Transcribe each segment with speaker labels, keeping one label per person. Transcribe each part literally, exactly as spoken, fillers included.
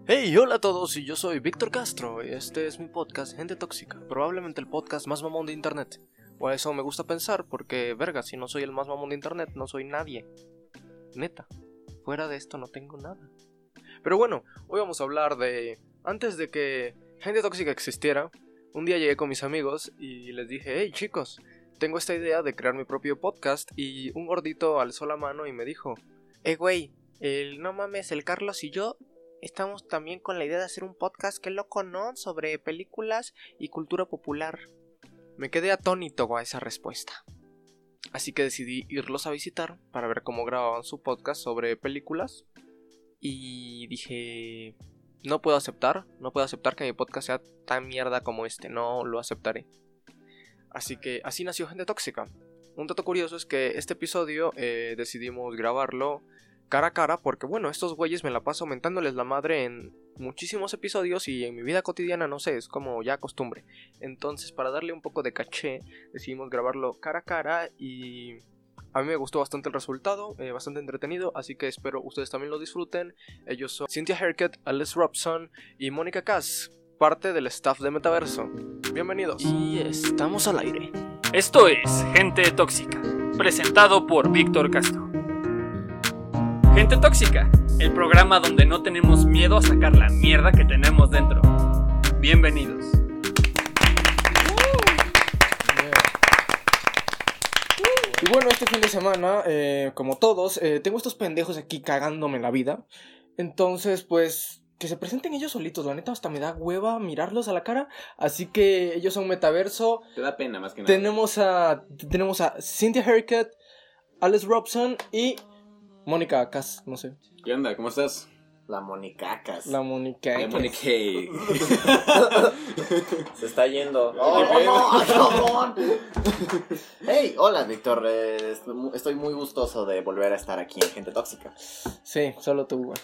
Speaker 1: Hey, hola a todos, y yo soy Víctor Castro, y este es mi podcast Gente Tóxica, probablemente el podcast más mamón de internet. O a eso me gusta pensar, porque, verga, si no soy el más mamón de internet, no soy nadie. Neta, fuera de esto no tengo nada. Pero bueno, hoy vamos a hablar de... Antes de que Gente Tóxica existiera, un día llegué con mis amigos y les dije, hey chicos, tengo esta idea de crear mi propio podcast, y un gordito alzó la mano y me dijo, eh güey, el no mames, el Carlos y yo estamos también con la idea de hacer un podcast, qué loco, ¿no? Sobre películas y cultura popular. Me quedé atónito a esa respuesta. Así que decidí irlos a visitar para ver cómo grababan su podcast sobre películas. Y dije, no puedo aceptar, no puedo aceptar que mi podcast sea tan mierda como este, no lo aceptaré. Así que así nació Gente Tóxica. Un dato curioso es que este episodio eh, decidimos grabarlo cara a cara porque, bueno, estos güeyes me la paso mentándoles la madre en muchísimos episodios y en mi vida cotidiana, no sé, es como ya costumbre. Entonces, para darle un poco de caché, decidimos grabarlo cara a cara y a mí me gustó bastante el resultado, eh, bastante entretenido, así que espero ustedes también lo disfruten. Ellos son Cynthia Haircut, Alice Robson y Mónica Kass, parte del staff de Metaverso. Bienvenidos. Y estamos al aire.
Speaker 2: Esto es Gente Tóxica, presentado por Víctor Castro. Gente Tóxica, el programa donde no tenemos miedo a sacar la mierda que tenemos dentro. Bienvenidos.
Speaker 1: Y bueno, este fin de semana, eh, como todos, eh, tengo estos pendejos aquí cagándome la vida. Entonces, pues, que se presenten ellos solitos. La neta, hasta me da hueva mirarlos a la cara. Así que ellos son Metaverso.
Speaker 3: Te da pena más que nada.
Speaker 1: Tenemos a, tenemos a Cynthia Haircut, Alice Robson y Mónica Kass, no sé.
Speaker 3: ¿Qué onda? ¿Cómo estás?
Speaker 4: La Monicacas.
Speaker 1: La Mónica.
Speaker 3: La Mónica.
Speaker 4: Se está yendo. ¡Oh, no, cabrón! Hey, hola, Víctor. Eh, estoy muy gustoso de volver a estar aquí en Gente Tóxica.
Speaker 1: Sí, solo tú, güey.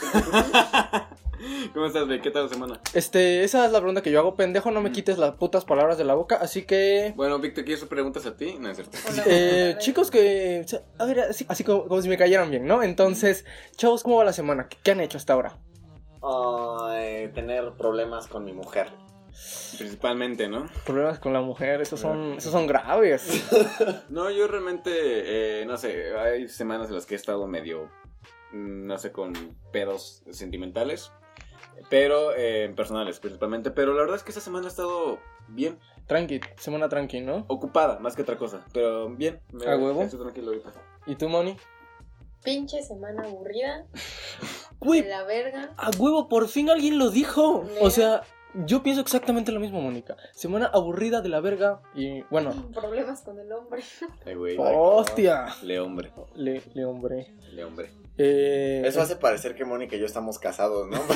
Speaker 3: ¿Cómo estás, güey? ¿Qué tal la semana?
Speaker 1: Este, esa es la pregunta que yo hago, pendejo. No me quites las putas palabras de la boca, así que...
Speaker 3: Bueno, Víctor, ¿quieres preguntas a ti? No es cierto.
Speaker 1: Eh, chicos que... A ver, así, así como, como si me cayeran bien, ¿no? Entonces, chavos, ¿cómo va la semana? ¿Qué, qué han hecho hasta ahora?
Speaker 4: Uh, eh, tener problemas con mi mujer.
Speaker 3: Principalmente, ¿no?
Speaker 1: Problemas con la mujer, esos son, esos son graves.
Speaker 3: No, yo realmente, eh, no sé, hay semanas en las que he estado medio, no sé, con pedos sentimentales, pero eh, personales principalmente, pero la verdad es que esta semana ha estado bien.
Speaker 1: Tranqui, semana tranqui, ¿no?
Speaker 3: Ocupada, más que otra cosa, pero bien. Me,
Speaker 1: ¿A huevo?
Speaker 3: Estoy tranquilo ahorita.
Speaker 1: ¿Y tú, Moni?
Speaker 5: Pinche semana aburrida.
Speaker 1: Güey,
Speaker 5: De la verga.
Speaker 1: a huevo, por fin alguien lo dijo.
Speaker 5: ¿Neta?
Speaker 1: O sea, yo pienso exactamente lo mismo, Mónica. Semana aburrida de la verga y, bueno...
Speaker 5: Problemas con el hombre.
Speaker 3: Eh, güey.
Speaker 1: ¡Hostia!
Speaker 3: Le hombre,
Speaker 1: Le, le hombre.
Speaker 3: le hombre.
Speaker 1: Eh...
Speaker 4: Eso hace parecer que Mónica y yo estamos casados, ¿no?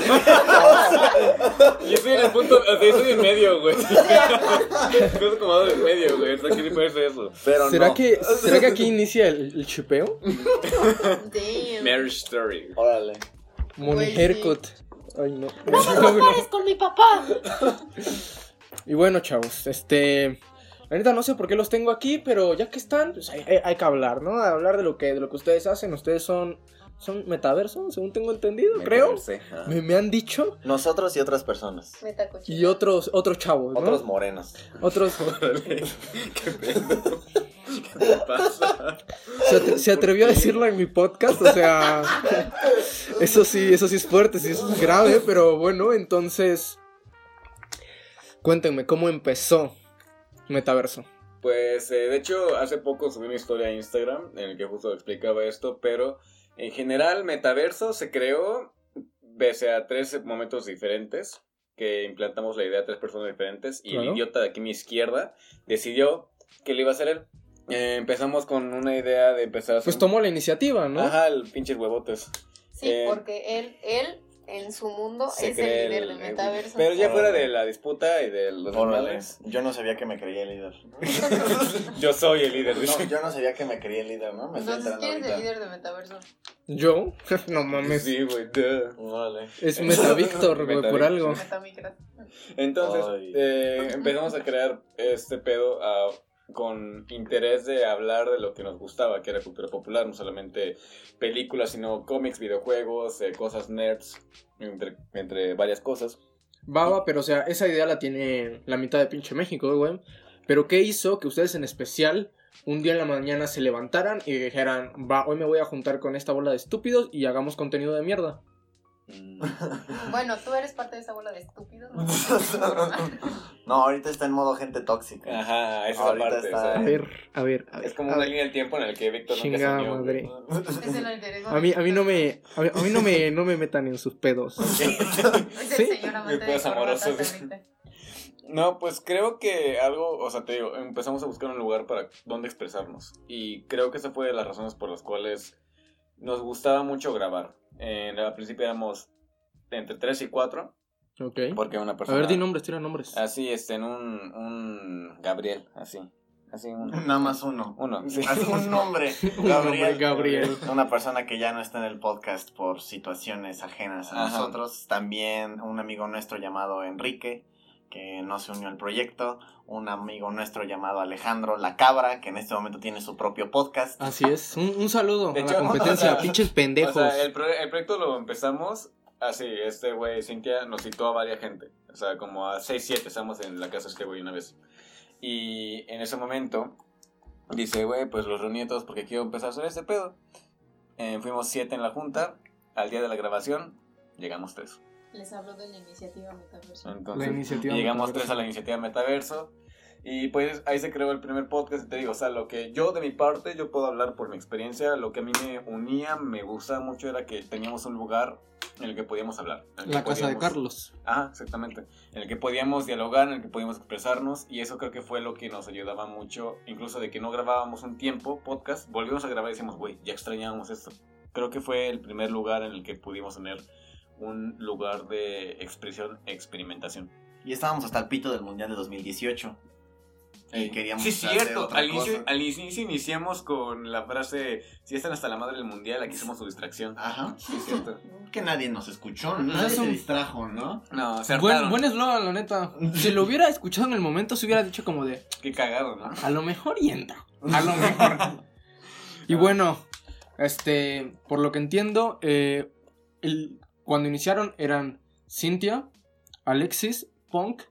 Speaker 3: Yo estoy en el punto, o sea, yo estoy en medio, güey. Estoy acomodado en medio, güey. O sea, ¿qué le parece eso?
Speaker 4: Pero
Speaker 1: ¿Será,
Speaker 4: no.
Speaker 1: que, ¿Será que aquí inicia el, el chipeo?
Speaker 5: Damn.
Speaker 3: Marriage Story.
Speaker 4: Órale.
Speaker 1: Moni
Speaker 5: Güey, sí.
Speaker 1: Haircut. Ay, no.
Speaker 5: ¡No me compares con mi papá!
Speaker 1: Y bueno, chavos, este... La neta no sé por qué los tengo aquí, pero ya que están, pues hay, hay, hay que hablar, ¿no? Hablar de lo que, de lo que ustedes hacen. Ustedes son... Son metaverso, según tengo entendido, creo.
Speaker 4: Ajá.
Speaker 1: Me, me han dicho.
Speaker 4: Nosotros y otras personas.
Speaker 5: Metacochina.
Speaker 1: Y otros, otros chavos, ¿no?
Speaker 4: Otros morenos.
Speaker 1: Otros...
Speaker 3: Órale. ¿Qué pedo? ¿Qué te pasa?
Speaker 1: Se, atre- se atrevió a decirlo en mi podcast, o sea... Eso sí, eso sí es fuerte, sí eso es grave, pero bueno, entonces... Cuéntenme, ¿cómo empezó Metaverso?
Speaker 3: Pues, eh, de hecho, hace poco subí una historia a Instagram en el que justo explicaba esto, pero en general Metaverso se creó pese a tres momentos diferentes, que implantamos la idea a tres personas diferentes, y
Speaker 1: Claro.
Speaker 3: el idiota de aquí a mi izquierda decidió que lo iba a hacer él. Eh, empezamos con una idea de empezar a hacer...
Speaker 1: Pues tomó la iniciativa, ¿no?
Speaker 3: Ajá, el pinches huevotes.
Speaker 5: Sí,
Speaker 3: Eh,
Speaker 5: porque él, él, en su mundo,
Speaker 3: Se
Speaker 5: es
Speaker 3: cree
Speaker 5: el líder
Speaker 3: el-
Speaker 5: del metaverso.
Speaker 3: Pero ya
Speaker 4: Órale.
Speaker 3: fuera de la disputa y de los
Speaker 4: Órale.
Speaker 3: normales,
Speaker 4: Yo no sabía que me creía el líder.
Speaker 3: yo soy el líder.
Speaker 4: No, yo no sabía que me creía el líder, ¿no? Me estoy
Speaker 5: Entonces,
Speaker 4: enterando
Speaker 5: ¿quién es el
Speaker 4: ahorita.
Speaker 5: líder de metaverso?
Speaker 1: ¿Yo? No mames.
Speaker 3: Sí, güey, duh.
Speaker 4: Órale.
Speaker 1: Es Metavíctor, güey, por
Speaker 3: Metavíctor.
Speaker 1: algo.
Speaker 5: Metamicras.
Speaker 3: Entonces,
Speaker 4: Ay.
Speaker 3: eh, empezamos a crear este pedo a con interés de hablar de lo que nos gustaba, que era cultura popular, no solamente películas, sino cómics, videojuegos, eh, cosas nerds, entre, entre varias cosas.
Speaker 1: Baba, pero o sea, esa idea la tiene la mitad de pinche México, güey. Pero ¿qué hizo que ustedes en especial un día en la mañana se levantaran y dijeran, va, hoy me voy a juntar con esta bola de estúpidos y hagamos contenido de mierda?
Speaker 5: Bueno, tú eres parte de esa bola de estúpidos. No,
Speaker 4: No, ahorita está en modo gente tóxica.
Speaker 3: Ajá, esa
Speaker 4: Ahorita
Speaker 3: parte.
Speaker 4: está-
Speaker 3: o sea,
Speaker 1: A ver, a ver, a ver.
Speaker 3: es como
Speaker 1: a
Speaker 3: una
Speaker 1: ver.
Speaker 3: línea del tiempo en el que Víctor nunca
Speaker 1: Chingada
Speaker 3: se unió.
Speaker 1: madre.
Speaker 3: ¿no?
Speaker 5: es el alter ego.
Speaker 1: A mí, a mí no me, a mí, a mí no me, no me metan en sus pedos.
Speaker 5: Es el
Speaker 1: ¿Sí?
Speaker 5: señor amante de
Speaker 3: Pedos amorosos.
Speaker 5: corbatas ahorita.
Speaker 3: No, pues creo que algo, o sea, te digo, empezamos a buscar un lugar para donde expresarnos. Y creo que esa fue de las razones por las cuales nos gustaba mucho grabar. En, al principio éramos entre tres y cuatro,
Speaker 1: Ok.
Speaker 3: porque una
Speaker 1: A
Speaker 3: persona...
Speaker 1: ver, di nombres, tira nombres.
Speaker 3: Así, este, en un, un Gabriel, así. Así, un...
Speaker 4: Nada más uno.
Speaker 3: Uno, sí.
Speaker 4: Haz un nombre.
Speaker 1: Un nombre, Gabriel.
Speaker 4: Una persona que ya no está en el podcast por situaciones ajenas a
Speaker 3: Ajá.
Speaker 4: nosotros. También un amigo nuestro llamado Enrique, que no se unió al proyecto. Un amigo nuestro llamado Alejandro La Cabra, que en este momento tiene su propio podcast.
Speaker 1: Así es. Un, un saludo
Speaker 3: De
Speaker 1: a
Speaker 3: hecho,
Speaker 1: la competencia,
Speaker 3: o sea,
Speaker 1: pinches pendejos.
Speaker 3: O sea, el, pro- el proyecto lo empezamos así, este güey, Cintia, nos citó a varias gente. O sea, como a seis, siete, estamos en la casa de este güey una vez. Y en ese momento, dice, güey, pues los reuní a todos porque quiero empezar a hacer este pedo. Eh, fuimos siete en la junta, al día de la grabación, llegamos tres.
Speaker 5: Les hablo de la iniciativa Metaverso.
Speaker 3: Entonces,
Speaker 1: La iniciativa
Speaker 3: llegamos
Speaker 1: Metaverso.
Speaker 3: tres a la iniciativa Metaverso. Y pues ahí se creó el primer podcast. Y te digo, o sea, lo que yo de mi parte, yo puedo hablar por mi experiencia. Lo que a mí me unía, me gustaba mucho era que teníamos un lugar en el que podíamos hablar. en el que
Speaker 1: La casa de
Speaker 3: podíamos-
Speaker 1: Carlos.
Speaker 3: Ajá, exactamente. En el que podíamos dialogar, en el que podíamos expresarnos. Y eso creo que fue lo que nos ayudaba mucho. Incluso de que no grabábamos un tiempo podcast, volvimos a grabar y decíamos, güey, ya extrañábamos esto. Creo que fue el primer lugar en el que pudimos tener un lugar de expresión, experimentación.
Speaker 4: Y estábamos hasta el pito del Mundial de dos mil dieciocho. Y queríamos
Speaker 3: Sí,
Speaker 4: hacer
Speaker 3: cierto.
Speaker 4: otra
Speaker 3: Al inicio,
Speaker 4: cosa.
Speaker 3: al inicio iniciamos con la frase, si están hasta la madre del mundial, aquí somos su distracción.
Speaker 4: Ajá.
Speaker 3: Sí, cierto.
Speaker 4: Que nadie nos escuchó,
Speaker 1: Pues
Speaker 4: nadie
Speaker 1: eso-
Speaker 4: se distrajo, ¿no?
Speaker 3: No, se
Speaker 1: Buen,
Speaker 3: hartaron.
Speaker 1: buen eslogan, la neta. Si lo hubiera escuchado en el momento, se hubiera dicho como de,
Speaker 3: Qué cagado, ¿no?
Speaker 1: a lo mejor y entra. A lo mejor. Y bueno, este, por lo que entiendo, eh, el, cuando iniciaron eran Cintia, Alexis, Punk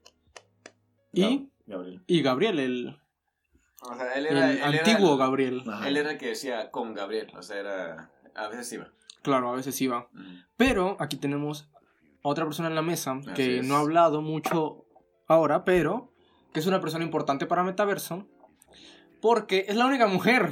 Speaker 1: y,
Speaker 4: Gabriel.
Speaker 1: y Gabriel, el,
Speaker 3: O sea, él
Speaker 1: el
Speaker 3: era... él era
Speaker 1: antiguo
Speaker 3: el-
Speaker 1: Gabriel.
Speaker 4: Ajá.
Speaker 3: Él era el que decía con Gabriel, o sea, era... A veces iba.
Speaker 1: Claro, a veces iba.
Speaker 3: Mm.
Speaker 1: Pero aquí tenemos a otra persona en la mesa
Speaker 3: Así
Speaker 1: que
Speaker 3: es.
Speaker 1: no ha hablado mucho ahora, pero que es una persona importante para Metaverso porque es la única mujer.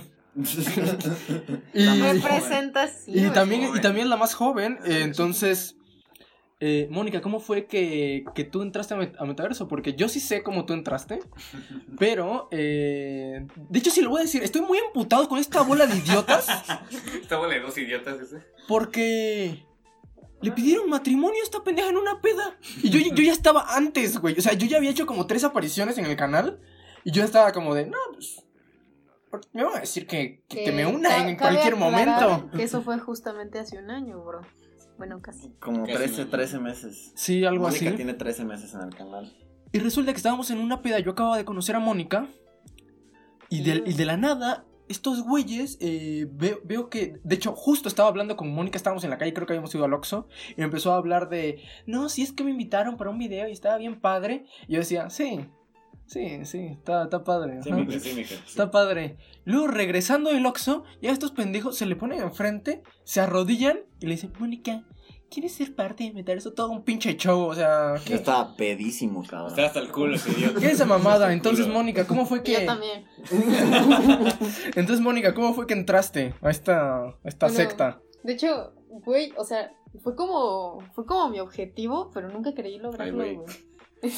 Speaker 1: y,
Speaker 5: Representación.
Speaker 1: y también, y
Speaker 3: joven.
Speaker 1: también la más joven.
Speaker 3: Así
Speaker 1: eh,
Speaker 3: es.
Speaker 1: entonces, eh, Mónica, ¿cómo fue que, que tú entraste a, Met- a Metaverso? Porque yo sí sé cómo tú entraste, pero eh, de hecho sí lo voy a decir, estoy muy emputado con esta bola de idiotas
Speaker 3: Estaba de dos idiotas ese.
Speaker 1: porque le pidieron matrimonio a esta pendeja en una peda. Y yo, yo ya estaba antes, güey. O sea, yo ya había hecho como tres apariciones en el canal. Y yo estaba como de, no, pues, me van a decir que, que, que me una en
Speaker 5: ca- cabe
Speaker 1: cualquier
Speaker 5: aclarar
Speaker 1: momento.
Speaker 5: Que eso fue justamente hace un año, bro. Bueno, casi.
Speaker 4: Como
Speaker 3: Casi
Speaker 4: trece,
Speaker 3: no.
Speaker 4: trece meses.
Speaker 1: Sí, algo
Speaker 4: Mónica
Speaker 1: así.
Speaker 4: tiene trece meses en el canal.
Speaker 1: Y resulta que estábamos en una peda. Yo acababa de conocer a Mónica. Y de, y de la nada, estos güeyes, eh, veo, veo que... De hecho, justo estaba hablando con Mónica. Estábamos en la calle, creo que habíamos ido al Oxxo. Y me empezó a hablar de... No, si es que me invitaron para un video y estaba bien padre. Y yo decía, sí, sí, sí, está, está padre.
Speaker 3: Sí,
Speaker 1: ajá.
Speaker 3: mija, sí, mija.
Speaker 1: Está padre. Luego, regresando del Oxxo, ya estos pendejos se le ponen enfrente, se arrodillan y le dicen, Mónica, ¿quieres ser parte de Metaverso? Todo un pinche show, o sea...
Speaker 4: Yo
Speaker 1: ¿qué,
Speaker 4: estaba pedísimo, cabrón.
Speaker 3: Está hasta el culo ese idiota.
Speaker 1: ¿qué es esa mamada?
Speaker 3: Hasta el
Speaker 1: Entonces,
Speaker 3: culo.
Speaker 1: Mónica, ¿cómo fue que...?
Speaker 5: Yo también.
Speaker 1: Entonces, Mónica, ¿cómo fue que entraste a esta, a esta
Speaker 5: Bueno,
Speaker 1: secta?
Speaker 5: De hecho, güey, o sea, fue como, fue como mi objetivo, pero nunca creí lograrlo,
Speaker 3: Ay, güey.
Speaker 5: güey.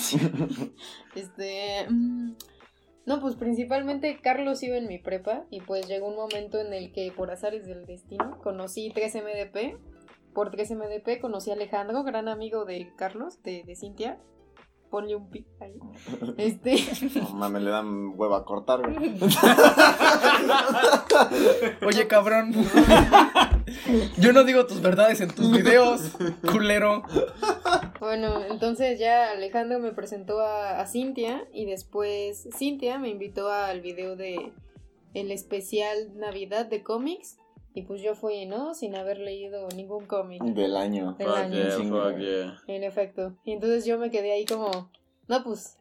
Speaker 5: este, mm, no, pues principalmente Carlos iba en mi prepa y pues llegó un momento en el que por azares del destino conocí tres M D P. Por tres M D P conocí a Alejandro, gran amigo de Carlos, de, de Cintia. Ponle un pic ahí. Este,
Speaker 4: No mames, le dan hueva a cortar, güey.
Speaker 1: Oye, cabrón. Yo no digo tus verdades en tus videos, culero.
Speaker 5: Bueno, entonces ya Alejandro me presentó a, a Cintia y después Cintia me invitó al video de el especial Navidad de cómics y pues yo fui, ¿no? Sin haber leído ningún cómic.
Speaker 4: Del año.
Speaker 5: Del
Speaker 3: Fuck
Speaker 5: año.
Speaker 3: yeah,
Speaker 4: Sí,
Speaker 3: fuck
Speaker 4: güey.
Speaker 3: yeah.
Speaker 5: En efecto. Y entonces yo me quedé ahí como, no pues,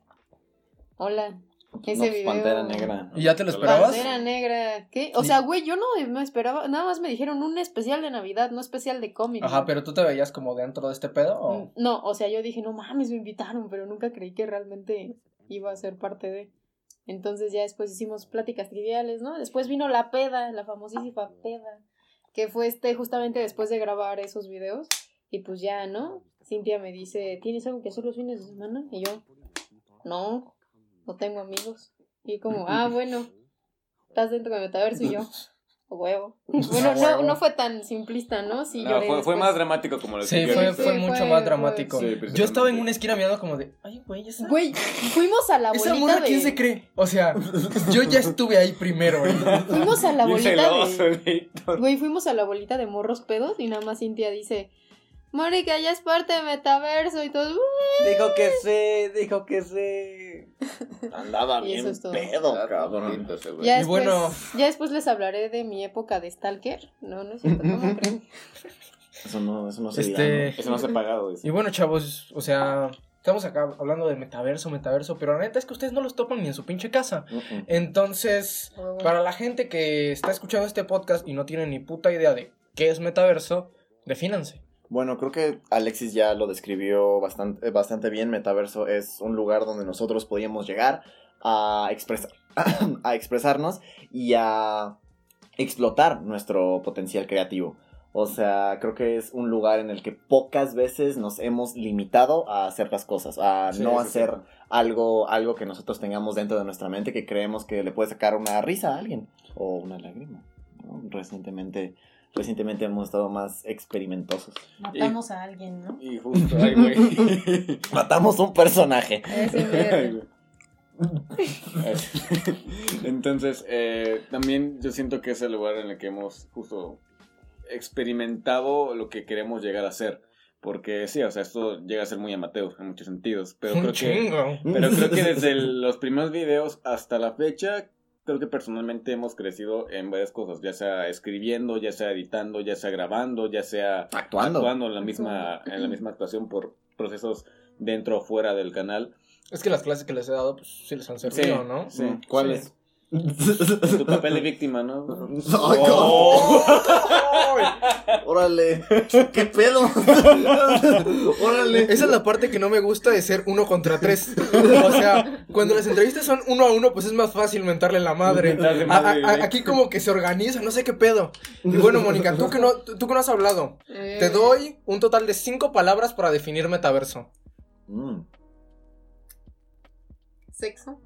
Speaker 5: hola, ese
Speaker 4: No, pues,
Speaker 5: video.
Speaker 4: Pantera Negra.
Speaker 1: ¿Y ya te lo esperabas?
Speaker 5: Pantera Negra, ¿qué? O
Speaker 1: Sí.
Speaker 5: sea, güey, yo no me esperaba, nada más me dijeron un especial de Navidad, no especial de cómic.
Speaker 1: Ajá,
Speaker 5: güey.
Speaker 1: pero tú te veías como dentro de este pedo, ¿o?
Speaker 5: Mm, No, o sea, yo dije, no mames, me invitaron, pero nunca creí que realmente iba a ser parte de. Entonces ya después hicimos pláticas triviales, ¿no? Después vino la peda, la famosísima peda, que fue este justamente después de grabar esos videos. Y pues ya, ¿no? Cintia me dice, ¿tienes algo que hacer los fines de semana? Y yo, no, no tengo amigos. Y como, ah, bueno, estás dentro de Metaverso y yo, huevo. Bueno, no, no fue tan simplista, ¿no? Sí,
Speaker 3: No,
Speaker 5: lloré
Speaker 3: fue, fue
Speaker 5: después.
Speaker 3: más dramático como lo
Speaker 1: Sí,
Speaker 3: que
Speaker 1: fue,
Speaker 3: yo
Speaker 1: fue
Speaker 5: Sí,
Speaker 1: mucho
Speaker 5: fue-
Speaker 1: más
Speaker 5: fue-
Speaker 1: dramático.
Speaker 3: sí,
Speaker 1: Yo
Speaker 3: precisamente.
Speaker 1: estaba en una esquina mirando como de, ay, güey, esa...
Speaker 5: Güey, fuimos a la
Speaker 1: ¿Esa
Speaker 5: bolita
Speaker 1: morra
Speaker 5: de...
Speaker 1: quién se cree? O sea, yo ya estuve ahí primero, güey.
Speaker 5: Fuimos a la
Speaker 3: Bien
Speaker 5: bolita
Speaker 3: celoso,
Speaker 5: de...
Speaker 3: Víctor.
Speaker 5: Güey, fuimos a la bolita de morros pedos y nada más Cintia dice, Mónica, ya es parte de Metaverso y todo.
Speaker 4: Dijo que sí, dijo que sí. Andaba
Speaker 5: Y
Speaker 4: bien
Speaker 5: eso es todo.
Speaker 4: pedo, cabrón.
Speaker 3: Tantito ese güey.
Speaker 5: Ya
Speaker 1: Y
Speaker 5: después,
Speaker 1: bueno.
Speaker 5: ya después les hablaré de mi época de Stalker. No, no es cierto, ¿cómo creen?
Speaker 4: Eso no, eso no se
Speaker 1: Este-
Speaker 4: dirá,
Speaker 3: Eso no se ha pagado. dice.
Speaker 1: Y bueno, chavos, o sea, estamos acá hablando de metaverso, metaverso, pero la neta es que ustedes no los topan ni en su pinche casa.
Speaker 4: ¿no? Mm, mm.
Speaker 1: Entonces, para la gente que está escuchando este podcast y no tiene ni puta idea de qué es metaverso, defínanse.
Speaker 4: Bueno, creo que Alexis ya lo describió bastante, bastante bien. Metaverso es un lugar donde nosotros podíamos llegar a expresar, a expresarnos y a explotar nuestro potencial creativo. O sea, creo que es un lugar en el que pocas veces nos hemos limitado a hacer las cosas, a
Speaker 3: Sí,
Speaker 4: no
Speaker 3: sí,
Speaker 4: hacer
Speaker 3: sí.
Speaker 4: algo, algo que nosotros tengamos dentro de nuestra mente que creemos que le puede sacar una risa a alguien o una lágrima, ¿no? Recientemente, recientemente hemos estado más experimentosos.
Speaker 5: Matamos a alguien, ¿no?
Speaker 3: Y justo, ay, güey.
Speaker 4: Matamos un personaje.
Speaker 5: Ese
Speaker 3: Ay,
Speaker 5: mero.
Speaker 3: güey. Entonces, eh, también yo siento que es el lugar en el que hemos justo experimentado lo que queremos llegar a ser. Porque sí, o sea, esto llega a ser muy amateur en muchos sentidos. Pero
Speaker 1: Un
Speaker 3: creo que,
Speaker 1: chingo.
Speaker 3: pero creo que desde el- los primeros videos hasta la fecha, creo que personalmente hemos crecido en varias cosas. Ya sea escribiendo, ya sea editando, ya sea grabando, ya sea
Speaker 4: Actuando.
Speaker 3: actuando en la misma, en la misma actuación por procesos dentro o fuera del canal.
Speaker 1: Es que las clases que les he dado, pues sí les han servido,
Speaker 3: Sí,
Speaker 1: ¿no?
Speaker 3: sí.
Speaker 4: Mm, ¿Cuál
Speaker 1: Sí.
Speaker 4: es?
Speaker 3: Tu papel de víctima, ¿no?
Speaker 4: Ay,
Speaker 3: Oh.
Speaker 4: ¡Órale! ¿Qué pedo? ¡Órale!
Speaker 1: Esa es la parte que no me gusta de ser uno contra tres. O sea, cuando las entrevistas son uno a uno, pues es más fácil mentarle la madre.
Speaker 3: Mentarle
Speaker 1: A-
Speaker 3: madre,
Speaker 1: a- a-
Speaker 3: ¿eh?
Speaker 1: aquí como que se organiza, no sé qué pedo. Y bueno, Mónica, tú que no, tú que no has hablado,
Speaker 5: Eh,
Speaker 1: te doy un total de cinco palabras para definir metaverso.
Speaker 4: Mm.
Speaker 5: Sexo.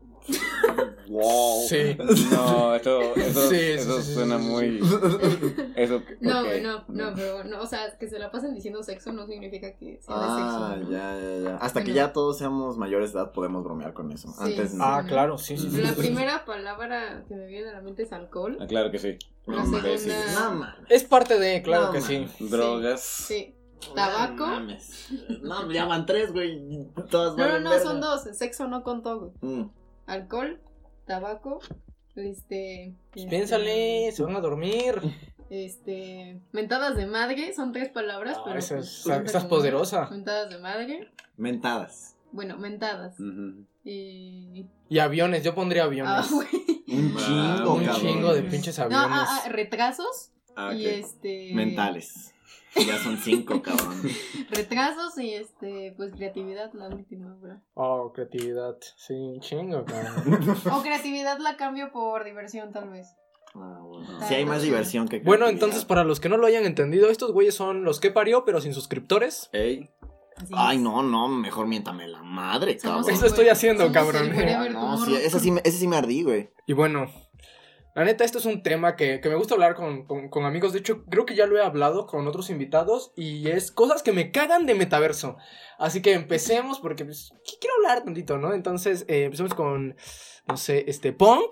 Speaker 4: Wow.
Speaker 1: Sí.
Speaker 3: No, eso, eso,
Speaker 1: Sí, sí,
Speaker 3: eso
Speaker 1: sí, sí,
Speaker 3: suena
Speaker 1: sí, sí.
Speaker 3: muy... Eso,
Speaker 5: No,
Speaker 3: ok.
Speaker 5: no, no, pero no, o sea, que se la pasen diciendo sexo no significa que sea
Speaker 4: Ah,
Speaker 5: de sexo.
Speaker 4: ya, ya, ya. Hasta que
Speaker 5: Bueno.
Speaker 4: ya todos seamos mayores de edad podemos bromear con eso.
Speaker 5: Sí,
Speaker 4: Antes
Speaker 5: sí.
Speaker 4: no.
Speaker 1: Ah, claro, sí, sí, sí.
Speaker 5: La primera palabra que me viene a la mente es alcohol.
Speaker 3: Ah, claro que sí.
Speaker 5: La
Speaker 3: Imbécil.
Speaker 5: segunda-
Speaker 4: No mames.
Speaker 1: Es parte de, claro
Speaker 4: No,
Speaker 1: que sí.
Speaker 4: man.
Speaker 3: Drogas.
Speaker 5: Sí. Tabaco.
Speaker 4: No mames. No, ya van tres, güey. Todas
Speaker 5: No, no,
Speaker 4: valen
Speaker 5: no,
Speaker 4: verga.
Speaker 5: son dos. Sexo no contó, güey.
Speaker 4: Mm.
Speaker 5: Alcohol, tabaco, este...
Speaker 1: Pues
Speaker 5: este,
Speaker 1: piénsale, se van a dormir.
Speaker 5: Este... Mentadas de madre, son tres palabras,
Speaker 1: Ah,
Speaker 5: pero...
Speaker 1: esa
Speaker 5: pues,
Speaker 1: es-
Speaker 5: cuenta
Speaker 1: estás
Speaker 5: como una.
Speaker 1: poderosa.
Speaker 5: Mentadas de madre.
Speaker 4: Mentadas.
Speaker 5: Bueno, mentadas.
Speaker 3: Ujú.
Speaker 5: Y...
Speaker 1: Y aviones, yo pondría aviones.
Speaker 5: Ah, güey.
Speaker 4: Un
Speaker 3: Ah,
Speaker 4: chingo,
Speaker 1: Un
Speaker 4: cabrón.
Speaker 1: chingo de pinches
Speaker 5: No,
Speaker 1: aviones.
Speaker 5: ah, ah, retrasos.
Speaker 3: Ah,
Speaker 5: Y
Speaker 3: ok.
Speaker 5: este...
Speaker 4: Mentales. Ya son cinco, cabrón.
Speaker 5: Retrasos y este... Pues creatividad, la última, bro.
Speaker 1: Oh, creatividad. Sí, un chingo, cabrón.
Speaker 5: O creatividad la cambio por diversión, tal vez.
Speaker 4: Ah, bueno.
Speaker 5: Ah,
Speaker 4: Sí hay más
Speaker 5: sí.
Speaker 4: diversión que
Speaker 1: Bueno,
Speaker 4: creatividad.
Speaker 1: entonces, para los que no lo hayan entendido, estos güeyes son los que parió, pero sin suscriptores.
Speaker 3: Ey.
Speaker 5: Así
Speaker 4: Ay,
Speaker 5: es.
Speaker 4: no, no, mejor miéntame la madre,
Speaker 5: Somos
Speaker 4: cabrón.
Speaker 1: Eso estoy haciendo,
Speaker 5: Somos
Speaker 1: cabrón.
Speaker 5: el Forever
Speaker 4: Ah, no,
Speaker 5: Tomorrow.
Speaker 4: sí, ese sí, me- ese sí me ardí, güey.
Speaker 1: Y bueno, la neta, esto es un tema que, que me gusta hablar con, con, con amigos. De hecho, creo que ya lo he hablado con otros invitados. Y es cosas que me cagan de metaverso. Así que empecemos porque pues, qu- quiero hablar tantito, ¿no? Entonces, eh, empecemos con, no sé, este, punk.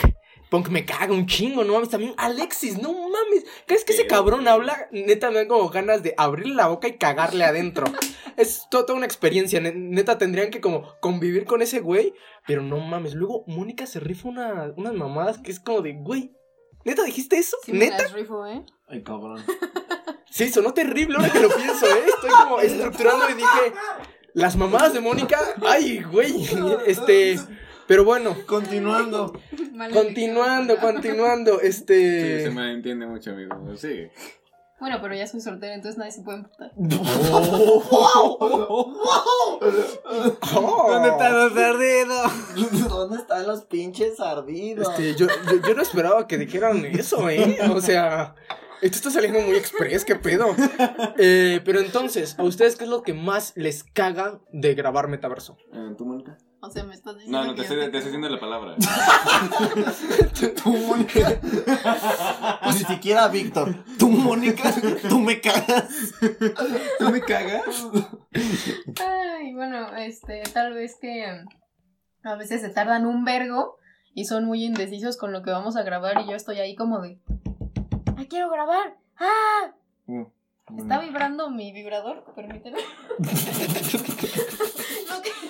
Speaker 6: Punk me caga un chingo, no mames. También Alexis, no mames. ¿Crees que ese cabrón habla? Neta, me dan como ganas de abrirle la boca y cagarle adentro. Es to- toda una experiencia. Neta, tendrían que como convivir con ese güey. Pero no mames. Luego Mónica se rifa una, unas mamadas que es como de, güey, ¿neta dijiste eso?
Speaker 5: Sí, me
Speaker 6: ¿Neta?
Speaker 5: las rifo, ¿eh?
Speaker 4: Ay, cabrón.
Speaker 6: Sí, sonó terrible ahora que lo pienso, ¿eh? Estoy como estructurando y dije, las mamadas de Mónica, ay, güey, este, pero bueno,
Speaker 4: Continuando.
Speaker 5: Mal
Speaker 6: continuando,
Speaker 5: ejemplo.
Speaker 6: continuando,
Speaker 3: Sí,
Speaker 6: este...
Speaker 3: se me entiende mucho, amigo. Sí.
Speaker 5: Bueno, pero ya soy soltera, entonces nadie se puede emputar.
Speaker 6: Oh.
Speaker 4: ¿Dónde están los ardidos? ¿Dónde están los pinches ardidos?
Speaker 6: Este, yo, yo, yo no esperaba que dijeran eso, ¿eh? O sea, esto está saliendo muy express, ¿qué pedo? Eh, pero entonces, ¿a ustedes qué es lo que más les caga de grabar Metaverso?
Speaker 3: Eh, ¿Tú, Mónica?
Speaker 5: O sea, me estás diciendo
Speaker 3: No, no, te
Speaker 5: que yo
Speaker 3: estoy, te estoy diciendo la palabra.
Speaker 4: Tú, Mónica. Pues ni siquiera Víctor. Tú, Mónica, tú me cagas.
Speaker 3: ¿Tú me cagas?
Speaker 5: Ay, bueno, este, tal vez que a veces se tardan un vergo y son muy indecisos con lo que vamos a grabar y yo estoy ahí como de, ¡ah, quiero grabar! ¡Ah! ¿Está vibrando mi vibrador? Permíteme. No, ¿qué?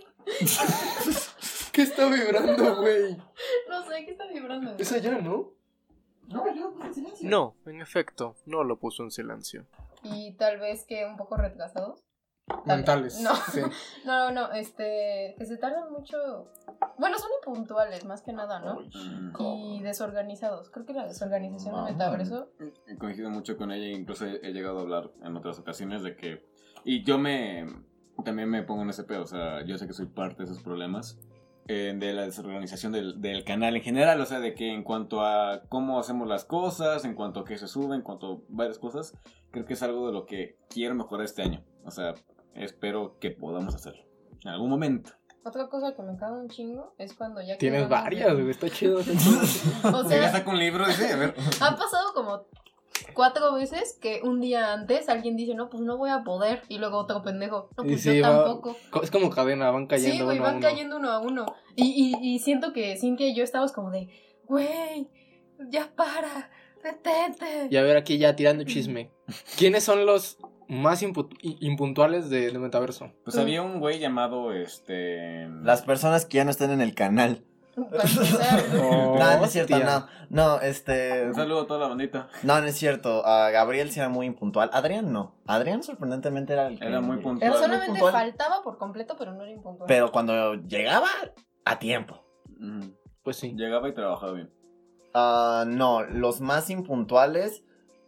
Speaker 6: ¿Qué está vibrando, güey?
Speaker 5: No sé, ¿qué está vibrando?
Speaker 6: Eso ya, ¿no?
Speaker 4: No, yo lo puse en silencio.
Speaker 1: No, en efecto, no lo puso en silencio.
Speaker 5: Y tal vez que un poco retrasados.
Speaker 6: Mentales.
Speaker 5: No.
Speaker 6: Sí.
Speaker 5: No, no, este, que se tardan mucho. Bueno, son impuntuales, más que nada, ¿no? Y desorganizados. Creo que la desorganización
Speaker 4: No,
Speaker 5: del metaverso.
Speaker 3: He coincidido mucho con ella, incluso he, he llegado a hablar en otras ocasiones de que... Y yo me... También me pongo en ese pedo, o sea, yo sé que soy parte de esos problemas. Eh, de la desorganización del, del canal en general, o sea, de que en cuanto a cómo hacemos las cosas, en cuanto a qué se sube, en cuanto a varias cosas, creo que es algo de lo que quiero mejorar este año. O sea, espero que podamos hacerlo en algún momento.
Speaker 5: Otra cosa que me caga un chingo es cuando ya
Speaker 6: Tienes
Speaker 5: quedamos
Speaker 6: varias,
Speaker 5: de-
Speaker 6: güey, está chido. Está chido.
Speaker 5: O
Speaker 3: Ya
Speaker 5: sea,
Speaker 3: saco un libro, dice, a ver.
Speaker 5: ha pasado como cuatro veces que un día antes alguien dice, no, pues no voy a poder. Y luego otro pendejo, no,
Speaker 6: Y
Speaker 5: pues
Speaker 6: sí,
Speaker 5: yo
Speaker 6: va-
Speaker 5: tampoco.
Speaker 6: Co- Es como cadena, van cayendo
Speaker 5: Sí, güey,
Speaker 6: uno a
Speaker 5: van
Speaker 6: uno.
Speaker 5: cayendo uno a uno. Y, y, y siento que Cintia y yo estábamos como de, güey, ya para, detente.
Speaker 6: Y a ver, aquí ya tirando chisme. ¿Quiénes son los más impu- i- impuntuales de, de Metaverso?
Speaker 3: Pues había un güey llamado, este...
Speaker 4: Las personas que ya no están en el canal.
Speaker 5: Para empezar,
Speaker 6: Oh,
Speaker 4: no, no es cierto,
Speaker 6: hostia.
Speaker 4: no. No, este.
Speaker 3: Un saludo a toda la bandita.
Speaker 4: No, no es cierto. A Gabriel sí era muy impuntual. Adrián no. Adrián sorprendentemente era el que.
Speaker 3: Era muy puntual.
Speaker 5: Pero
Speaker 4: Era muy
Speaker 5: solamente
Speaker 4: puntual.
Speaker 5: faltaba por completo, pero no era impuntual.
Speaker 4: Pero cuando llegaba, a tiempo.
Speaker 3: Ujú.
Speaker 6: Pues sí.
Speaker 3: Llegaba y trabajaba bien.
Speaker 4: Ah, no, los más impuntuales.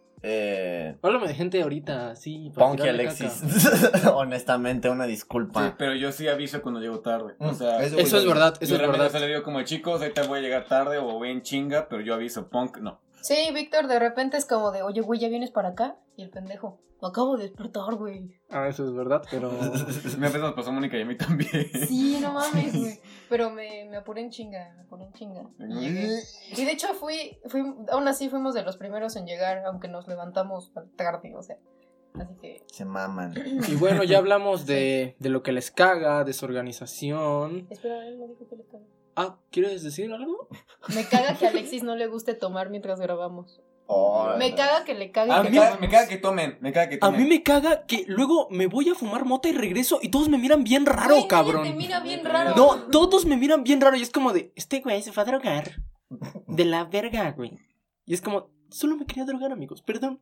Speaker 4: Eh.
Speaker 6: Háblame de gente ahorita, sí. para
Speaker 4: Punk y
Speaker 6: tirarle
Speaker 4: Alexis.
Speaker 6: caca.
Speaker 4: Honestamente, una
Speaker 3: Sí,
Speaker 4: disculpa.
Speaker 3: pero yo sí aviso cuando llego tarde. O
Speaker 4: Mm,
Speaker 3: sea,
Speaker 4: eso-
Speaker 6: Eso es verdad, eso
Speaker 3: yo
Speaker 6: es
Speaker 3: realmente
Speaker 6: verdad.
Speaker 3: se le digo como chicos, ahorita voy a llegar tarde o voy en chinga, pero yo aviso, punk, no.
Speaker 5: Sí, Víctor, de repente es como de, oye, güey, ¿ya vienes para acá? Y el pendejo, me acabo de despertar, güey.
Speaker 6: Ah, eso es verdad, pero...
Speaker 3: Me nos pasó a Mónica y a mí también.
Speaker 5: Sí, no mames, güey. Pero me, me apuré en chinga, me apuré en chinga. Y llegué. Y de hecho fui, fui, aún así fuimos de los primeros en llegar, aunque nos levantamos tarde, o sea. Así que...
Speaker 4: Se maman.
Speaker 6: Y bueno, ya hablamos de, de lo que les caga, desorganización.
Speaker 5: Espera, él me dijo que le caga.
Speaker 6: Ah, ¿quieres decir algo?
Speaker 5: Me caga que a Alexis no le guste tomar mientras grabamos.
Speaker 4: Oh,
Speaker 5: Me caga que le cague
Speaker 3: Ah,
Speaker 5: que
Speaker 3: me, caga,
Speaker 5: tomemos.
Speaker 3: me caga que tomen, me caga que
Speaker 6: A
Speaker 3: tomen.
Speaker 6: mí me caga que luego me voy a fumar mota y regreso y todos me miran bien raro,
Speaker 5: Güey, nadie
Speaker 6: cabrón.
Speaker 5: te mira bien raro.
Speaker 6: No, todos me miran bien raro y es como de, este güey se fue a drogar. De la verga, güey. Y es como, solo me quería drogar, amigos, perdón.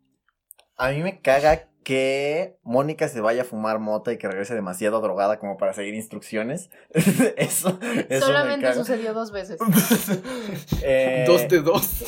Speaker 4: A mí me caga que Mónica se vaya a fumar mota y que regrese demasiado drogada como para seguir instrucciones. eso, eso
Speaker 5: Solamente
Speaker 4: me caga.
Speaker 5: sucedió dos veces.
Speaker 4: Eh,
Speaker 6: Dos de dos.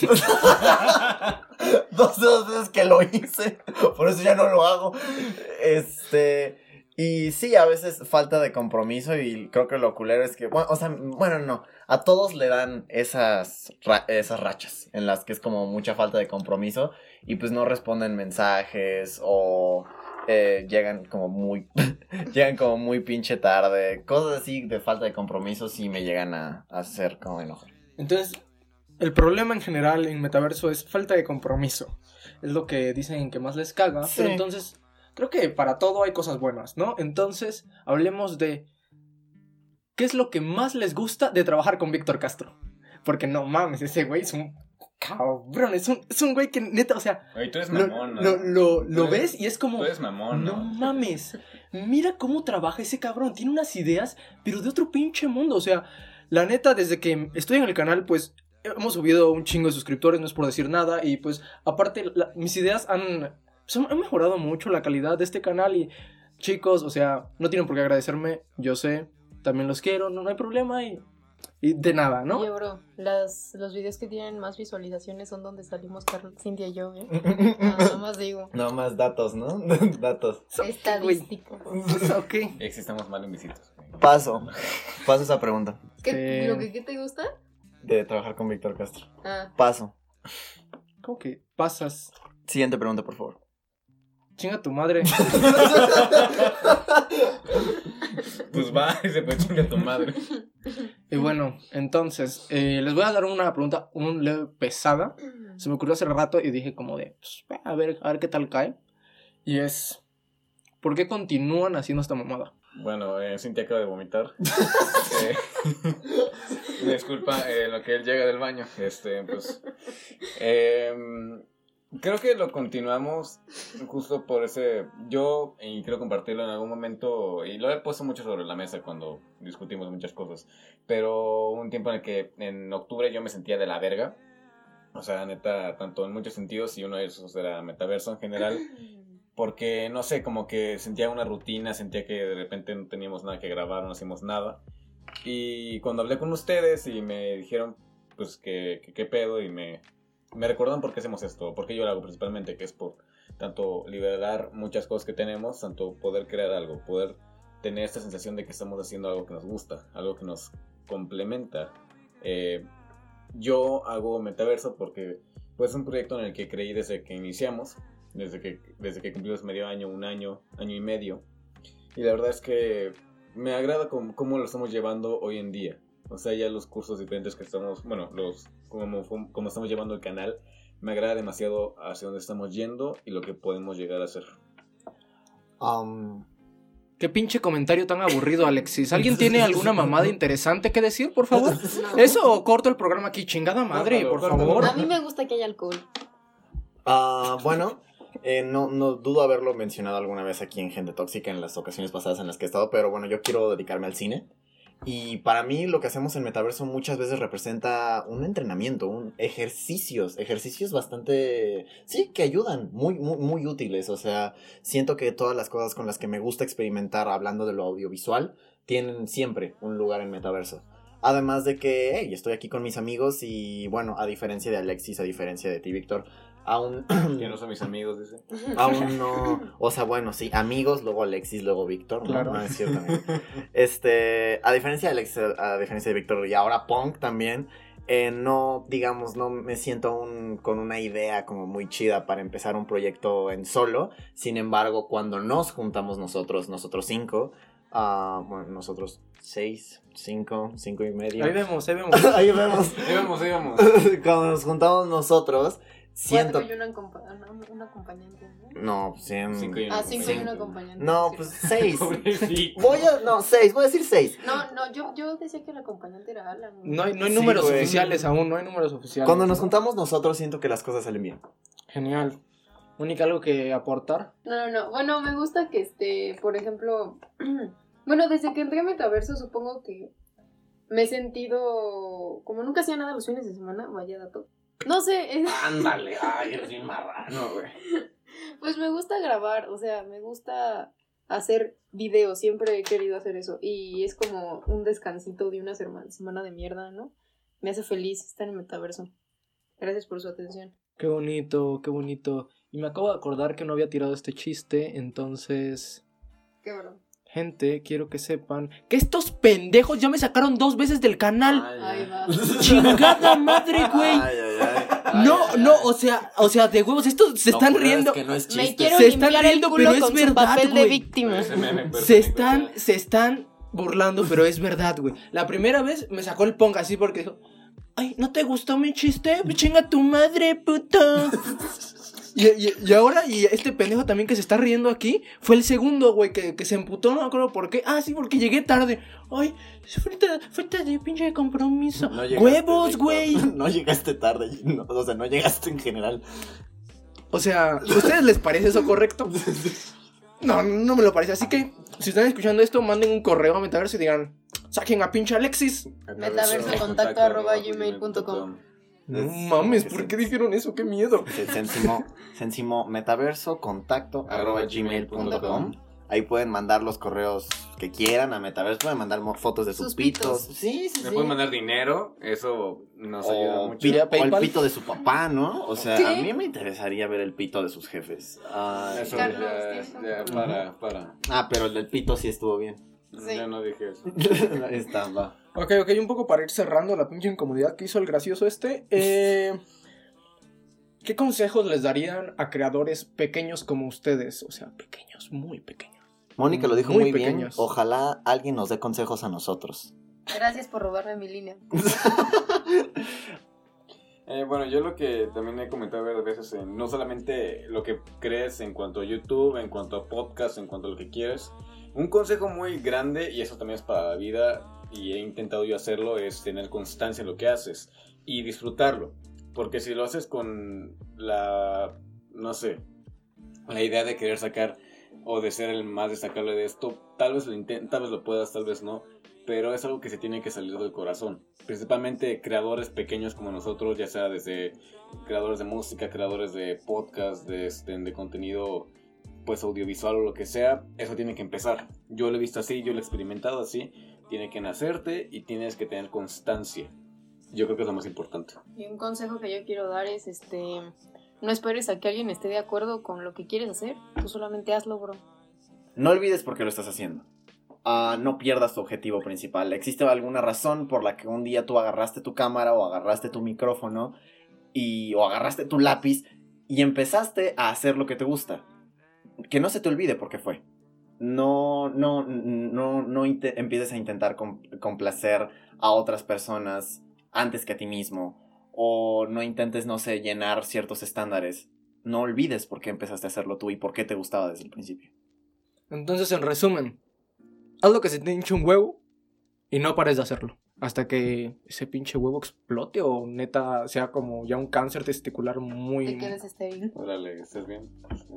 Speaker 4: dos de dos veces que lo hice. Por eso ya no lo hago. Este. Y sí, a veces falta de compromiso. Y creo que lo culero es que. Bueno, o sea, bueno, no. A todos le dan esas, ra- esas rachas en las que es como mucha falta de compromiso. Y pues no responden mensajes. O eh, llegan como muy. llegan como muy pinche tarde. Cosas así de falta de compromiso sí me llegan a, a hacer como enojar.
Speaker 6: Entonces, el problema en general en Metaverso es falta de compromiso. Es lo que dicen que más les caga.
Speaker 4: Sí.
Speaker 6: Pero entonces, creo que para todo hay cosas buenas, ¿no? Entonces, hablemos de... ¿Qué es lo que más les gusta de trabajar con Víctor Castro? Porque no mames, ese güey es un cabrón, es un, es un güey que neta, o sea,
Speaker 3: Oye, tú eres
Speaker 6: lo,
Speaker 3: mamón, ¿no?
Speaker 6: lo, lo,
Speaker 3: Tú
Speaker 6: lo
Speaker 3: eres-
Speaker 6: ves y es como,
Speaker 3: Tú eres mamón,
Speaker 6: no
Speaker 3: ¿no?
Speaker 6: mames, mira cómo trabaja ese cabrón, tiene unas ideas, pero de otro pinche mundo, o sea, la neta, desde que estoy en el canal, pues, hemos subido un chingo de suscriptores, no es por decir nada, y pues, aparte, la- mis ideas han, pues, han mejorado mucho la calidad de este canal, y chicos, o sea, no tienen por qué agradecerme, yo sé, también los quiero, no, no hay problema, y, y de nada, ¿no?
Speaker 5: Oye, bro, las, los videos que tienen más visualizaciones son donde salimos Carlos, Cintia y yo, ¿eh? Ah, nada más digo.
Speaker 4: No más datos, ¿no? Datos.
Speaker 5: Estadísticos.
Speaker 6: Ok.
Speaker 3: Existamos mal en visitas.
Speaker 4: Paso. Paso esa pregunta.
Speaker 5: ¿Qué,
Speaker 6: Eh.
Speaker 5: ¿Lo que qué te gusta?
Speaker 4: De trabajar con Víctor Castro.
Speaker 5: Ah,
Speaker 4: Paso.
Speaker 6: ¿Cómo que pasas?
Speaker 4: Siguiente pregunta, por favor.
Speaker 6: Chinga tu madre.
Speaker 3: Pues va, y se puede chingar tu madre.
Speaker 6: Y bueno, entonces, eh, les voy a dar una pregunta un leve pesada. Se me ocurrió hace rato y dije como de, pues, a ver, a ver qué tal cae. Y es, ¿por qué continúan haciendo esta mamada?
Speaker 3: Bueno, eh, Cintia acaba de vomitar. eh, disculpa, eh, lo que él llega del baño. Este, pues. Eh, creo que lo continuamos justo por ese. Yo, y quiero compartirlo en algún momento, y lo he puesto mucho sobre la mesa cuando discutimos muchas cosas. Pero hubo un tiempo en el que en octubre yo me sentía de la verga. O sea, neta, tanto en muchos sentidos, y uno de esos era metaverso en general. Porque, no sé, como que sentía una rutina, sentía que de repente no teníamos nada que grabar, no hacíamos nada. Y cuando hablé con ustedes y me dijeron, pues, que qué pedo, y me, me recordaron por qué hacemos esto, por qué yo lo hago principalmente, que es por tanto liberar muchas cosas que tenemos, tanto poder crear algo, poder tener esta sensación de que estamos haciendo algo que nos gusta, algo que nos complementa. Eh, yo hago Metaverso porque pues, es un proyecto en el que creí desde que iniciamos. Desde que, desde que cumplimos medio año, un año, año y medio. Y la verdad es que me agrada cómo, cómo lo estamos llevando hoy en día. O sea, ya los cursos diferentes que estamos, bueno, los como, como estamos llevando el canal, me agrada demasiado hacia dónde estamos yendo y lo que podemos llegar a hacer.
Speaker 4: Um,
Speaker 6: Qué pinche comentario tan aburrido, Alexis. ¿Alguien tiene alguna mamada interesante que decir, por favor? Eso o corto el programa aquí, chingada madre,
Speaker 3: Córtalo,
Speaker 6: por
Speaker 3: córtalo.
Speaker 6: favor.
Speaker 5: A mí me gusta que haya alcohol.
Speaker 4: ah, bueno, eh, no, no dudo haberlo mencionado alguna vez aquí en Gente Tóxica en las ocasiones pasadas en las que he estado, pero bueno, yo quiero dedicarme al cine. Y para mí lo que hacemos en Metaverso muchas veces representa un entrenamiento, un ejercicios, ejercicios bastante, sí, que ayudan, muy, muy, muy útiles. O sea, siento que todas las cosas con las que me gusta experimentar hablando de lo audiovisual tienen siempre un lugar en Metaverso. Además de que, hey, estoy aquí con mis amigos y bueno, a diferencia de Alexis, a diferencia de ti, Víctor, aún...
Speaker 3: Que no son mis amigos, dice.
Speaker 4: Aún no, o sea, bueno, sí, amigos, luego Alexis, luego Víctor, ¿no?
Speaker 6: Claro.
Speaker 4: No, es cierto. amigo. Este, a diferencia de Alexis, a diferencia de Víctor y ahora Punk también, eh, no, digamos, no me siento aún con una idea como muy chida para empezar un proyecto en solo. Sin embargo, cuando nos juntamos nosotros, nosotros cinco, uh, bueno, nosotros seis, cinco, cinco y medio.
Speaker 6: Ahí vemos, ahí vemos.
Speaker 4: Ahí vemos.
Speaker 3: Íbamos, íbamos.
Speaker 4: Cuando nos juntamos nosotros, siento...
Speaker 5: Cuatro y una, acompa- una- un acompañante, ¿no?
Speaker 4: No, cien...
Speaker 3: Cinco y
Speaker 5: Ah, cinco y
Speaker 4: cinco.
Speaker 5: un acompañante.
Speaker 4: No,
Speaker 5: sí.
Speaker 4: pues seis.
Speaker 3: Pobrecito.
Speaker 4: Voy a... No, seis, voy a decir seis.
Speaker 5: No, no, yo, yo decía que el acompañante era Alan.
Speaker 6: No hay, no hay
Speaker 4: Sí,
Speaker 6: números
Speaker 4: güey.
Speaker 6: oficiales aún, no hay números oficiales.
Speaker 4: Cuando nos juntamos nosotros siento que las cosas salen bien.
Speaker 6: Genial. Única algo que aportar.
Speaker 5: No, no, no. Bueno, me gusta que este, por ejemplo, bueno, desde que entré a Metaverso supongo que me he sentido como nunca hacía nada los fines de semana, vaya dato. No sé, es-
Speaker 6: Ándale, ay, eres bien marrano, güey.
Speaker 5: pues me gusta grabar, o sea, me gusta hacer videos, siempre he querido hacer eso y es como un descansito de una semana, semana de mierda, ¿no? Me hace feliz estar en Metaverso. Gracias por su atención.
Speaker 6: Qué bonito, qué bonito. Y me acabo de acordar que no había tirado este chiste, entonces...
Speaker 5: Qué bueno.
Speaker 6: Gente, quiero que sepan que estos pendejos ya me sacaron dos veces del canal.
Speaker 5: Ahí va.
Speaker 6: Chingada madre, güey.
Speaker 4: Ay, ay, ay.
Speaker 6: No, no, o sea, o sea, de huevos, estos se están riendo.
Speaker 4: Es que no es
Speaker 5: Me
Speaker 4: chiste.
Speaker 5: quiero
Speaker 6: Se están
Speaker 5: limpiar el
Speaker 6: riendo,
Speaker 5: culo
Speaker 6: pero es
Speaker 5: con su
Speaker 6: verdad,
Speaker 5: papel de
Speaker 6: güey.
Speaker 5: víctima.
Speaker 3: Ese meme perfecto.
Speaker 6: Se están, se están burlando, pero es verdad, güey. La primera vez me sacó el pong así porque dijo, ay, ¿no te gustó mi chiste? Chinga tu madre, puto. Y, y, y ahora, y este pendejo también que se está riendo aquí, fue el segundo, güey, que, que se emputó, no me acuerdo por qué. Ah, sí, porque llegué tarde. Ay, falta, falta de pinche compromiso.
Speaker 4: No llegaste,
Speaker 6: ¡Huevos,
Speaker 4: Víctor.
Speaker 6: güey!
Speaker 4: No llegaste tarde, no, o sea, no llegaste en general.
Speaker 6: O sea, ¿a ustedes les parece eso correcto? No, no me lo parece. Así que, si están escuchando esto, manden un correo a Metaverso y digan, saquen a pinche Alexis.
Speaker 5: Metaverso contacto arroba gmail punto com.
Speaker 6: No
Speaker 4: Es
Speaker 6: mames,
Speaker 4: como que
Speaker 6: ¿por
Speaker 4: se-
Speaker 6: qué dijeron eso? ¡Qué miedo!
Speaker 4: Se, se encimó, se encimó metaverso contacto arroba gmail punto com. Ahí pueden mandar los correos que quieran a Metaverso. Pueden mandar mo- fotos de sus,
Speaker 5: Sus
Speaker 4: pitos.
Speaker 5: pitos.
Speaker 4: Sí, sí,
Speaker 3: Me
Speaker 4: sí.
Speaker 3: pueden mandar dinero, eso nos ayuda
Speaker 4: O,
Speaker 3: mucho.
Speaker 4: pi-
Speaker 6: Vía
Speaker 4: o el
Speaker 6: PayPal.
Speaker 4: pito de su papá, ¿no? O sea,
Speaker 5: ¿Qué?
Speaker 4: a mí me interesaría ver el pito de sus jefes. Ah,
Speaker 3: Eso
Speaker 5: Carlos,
Speaker 3: ya,
Speaker 5: tienes un
Speaker 3: ya,
Speaker 5: problema.
Speaker 3: para, para.
Speaker 4: ah, pero el del pito sí estuvo bien.
Speaker 5: Sí.
Speaker 3: Ya no dije eso.
Speaker 4: Ahí está, va.
Speaker 6: Ok, ok, un poco para ir cerrando la pinche incomodidad que hizo el gracioso este. Eh, ¿Qué consejos les darían a creadores pequeños como ustedes? O sea, pequeños, muy pequeños.
Speaker 4: Mónica lo dijo
Speaker 6: Muy
Speaker 4: muy, bien.
Speaker 6: pequeños.
Speaker 4: Ojalá alguien nos dé consejos a nosotros.
Speaker 5: Gracias por robarme mi línea.
Speaker 3: Eh, bueno, yo lo que también he comentado varias veces, eh, no solamente lo que crees en cuanto a YouTube, en cuanto a podcast, en cuanto a lo que quieres. Un consejo muy grande, y eso también es para la vida, y he intentado yo hacerlo, es tener constancia en lo que haces y disfrutarlo. Porque si lo haces con la, no sé, la idea de querer sacar o de ser el más destacable de esto, tal vez lo intent- tal vez lo puedas, tal vez no. Pero es algo que se tiene que salir del corazón. Principalmente creadores pequeños como nosotros, ya sea desde creadores de música, creadores de podcast, de, este, de contenido pues audiovisual o lo que sea. Eso tiene que empezar. Yo lo he visto así, yo lo he experimentado así. Tiene que nacerte y tienes que tener constancia. Yo creo que es lo más importante.
Speaker 5: Y un consejo que yo quiero dar es, este, no esperes a que alguien esté de acuerdo con lo que quieres hacer. Tú solamente hazlo, bro.
Speaker 4: No olvides por qué lo estás haciendo. Ah, no pierdas tu objetivo principal. ¿Existe alguna razón por la que un día tú agarraste tu cámara o agarraste tu micrófono y, o agarraste tu lápiz y empezaste a hacer lo que te gusta? Que no se te olvide por qué fue. No, no, no, no inte- empieces a intentar com- complacer a otras personas antes que a ti mismo. O no intentes, no sé, llenar ciertos estándares. No olvides por qué empezaste a hacerlo tú y por qué te gustaba desde el principio.
Speaker 6: Entonces, en resumen, haz lo que se te hinche un huevo y no pares de hacerlo. Hasta que ese pinche huevo explote o neta sea como ya un cáncer testicular muy...
Speaker 5: Te quedes estéril.
Speaker 3: Órale, ¿estás bien?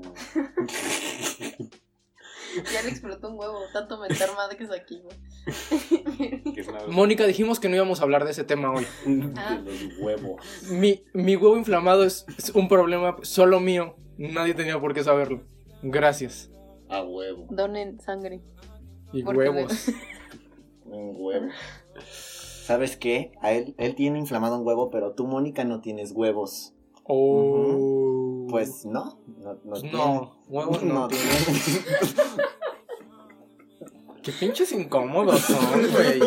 Speaker 5: Ya le explotó un huevo, tanto mentar madres aquí, güey.
Speaker 3: Que es una-
Speaker 6: Mónica, dijimos que no íbamos a hablar de ese tema hoy.
Speaker 5: Ah.
Speaker 4: De los huevos.
Speaker 6: Mi, mi huevo inflamado es, es un problema solo mío. Nadie tenía por qué saberlo. Gracias.
Speaker 4: A huevo.
Speaker 5: Donen sangre.
Speaker 6: Y
Speaker 5: Porque
Speaker 6: huevos.
Speaker 4: Un huevo. ¿Sabes qué? A él, él tiene inflamado un huevo, pero tú, Mónica, no tienes huevos.
Speaker 6: Oh.
Speaker 4: Pues no. No, no.
Speaker 6: Pues
Speaker 4: tiene.
Speaker 6: no, huevos no,
Speaker 4: No
Speaker 6: tiene.
Speaker 4: tiene.
Speaker 6: Qué pinches incómodos son, güey.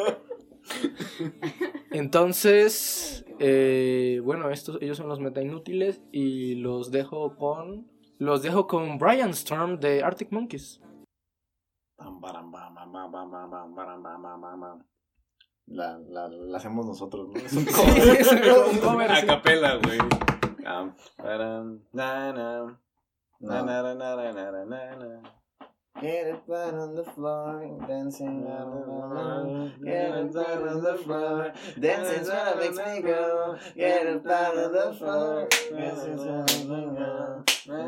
Speaker 6: Entonces, eh, bueno, estos, ellos son los meta inútiles y los dejo con, los dejo con Brian Storm de Arctic Monkeys.
Speaker 4: Pam, param, pam, pam, pam, pam, pam, pam, param, pam, pam, pam, pam. La, la, la hacemos nosotros, ¿no? Es un
Speaker 6: Sí, es un cover,
Speaker 3: A
Speaker 6: sí.
Speaker 3: capela, güey. Ah, param, na, na, na, na, na, na, na, na, na, na.
Speaker 4: Get it flat on the floor, dancing on the floor. Get it flat on the floor, dancing's what makes me go. Get it flat on the floor, dancing's what makes me go.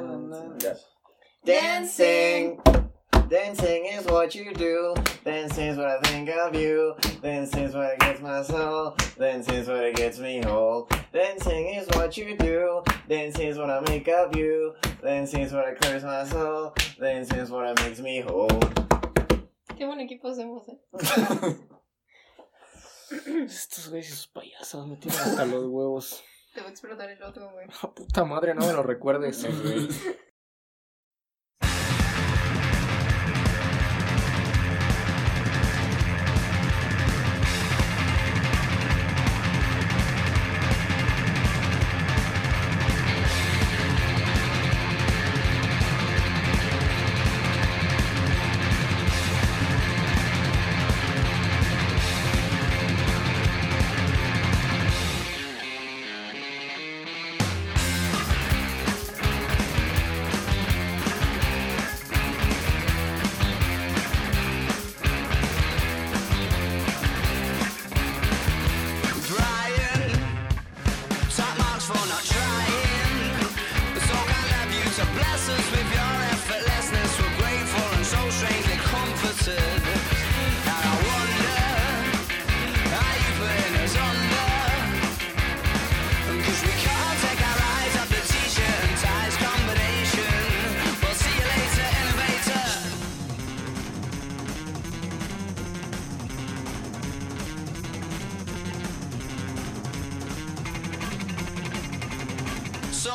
Speaker 4: Dancing, dancing is what you do. Dancing is what I think of you. Dancing is what gets my soul. Dancing is what gets me whole. Dancing is what you do. Dancing is what I make of you. Dancing is what clears my soul. Dancing is what makes me whole.
Speaker 5: Qué buen equipo hacemos, eh.
Speaker 6: Estos güeyes y sus payasos me tiran hasta los huevos.
Speaker 5: Te va a explotar el otro, güey.
Speaker 6: Ah, puta madre, no me lo recuerdes.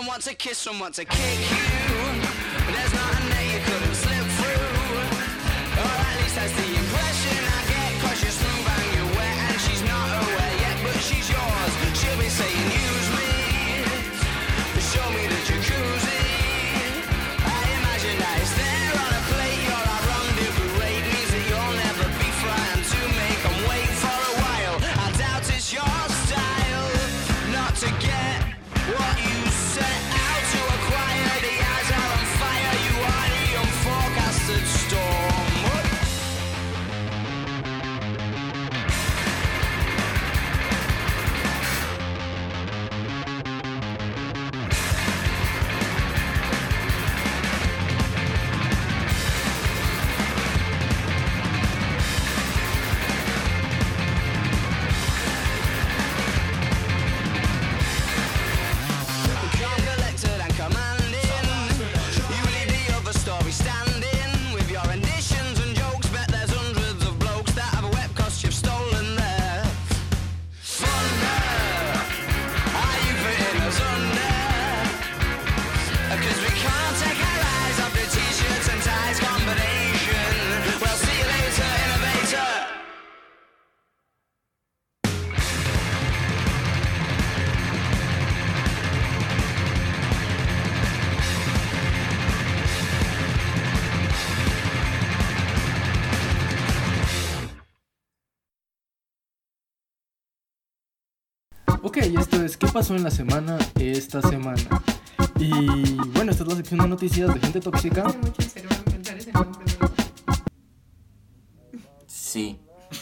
Speaker 7: Someone to kiss, someone to kick you. There's nothing that you couldn't slip through. Or at least that's the impression I get. Cause you're smooth and you're wet and she's not aware yet. But she's yours, she'll be saying use me. Show me the jacuzzi. I imagine that it's there on a plate. You're our rendezvous rate. Means that you'll never be frightened to make them wait for a while. I doubt it's your style not to get what you set out to acquire. The eyes are on fire. You are the unforecasted storm.
Speaker 6: Ok, esto es ¿qué pasó en la semana esta semana? Y bueno, esta es la sección de noticias de Gente Tóxica.
Speaker 5: Hace mucho el cerebro pensar ese nombre.
Speaker 4: Sí.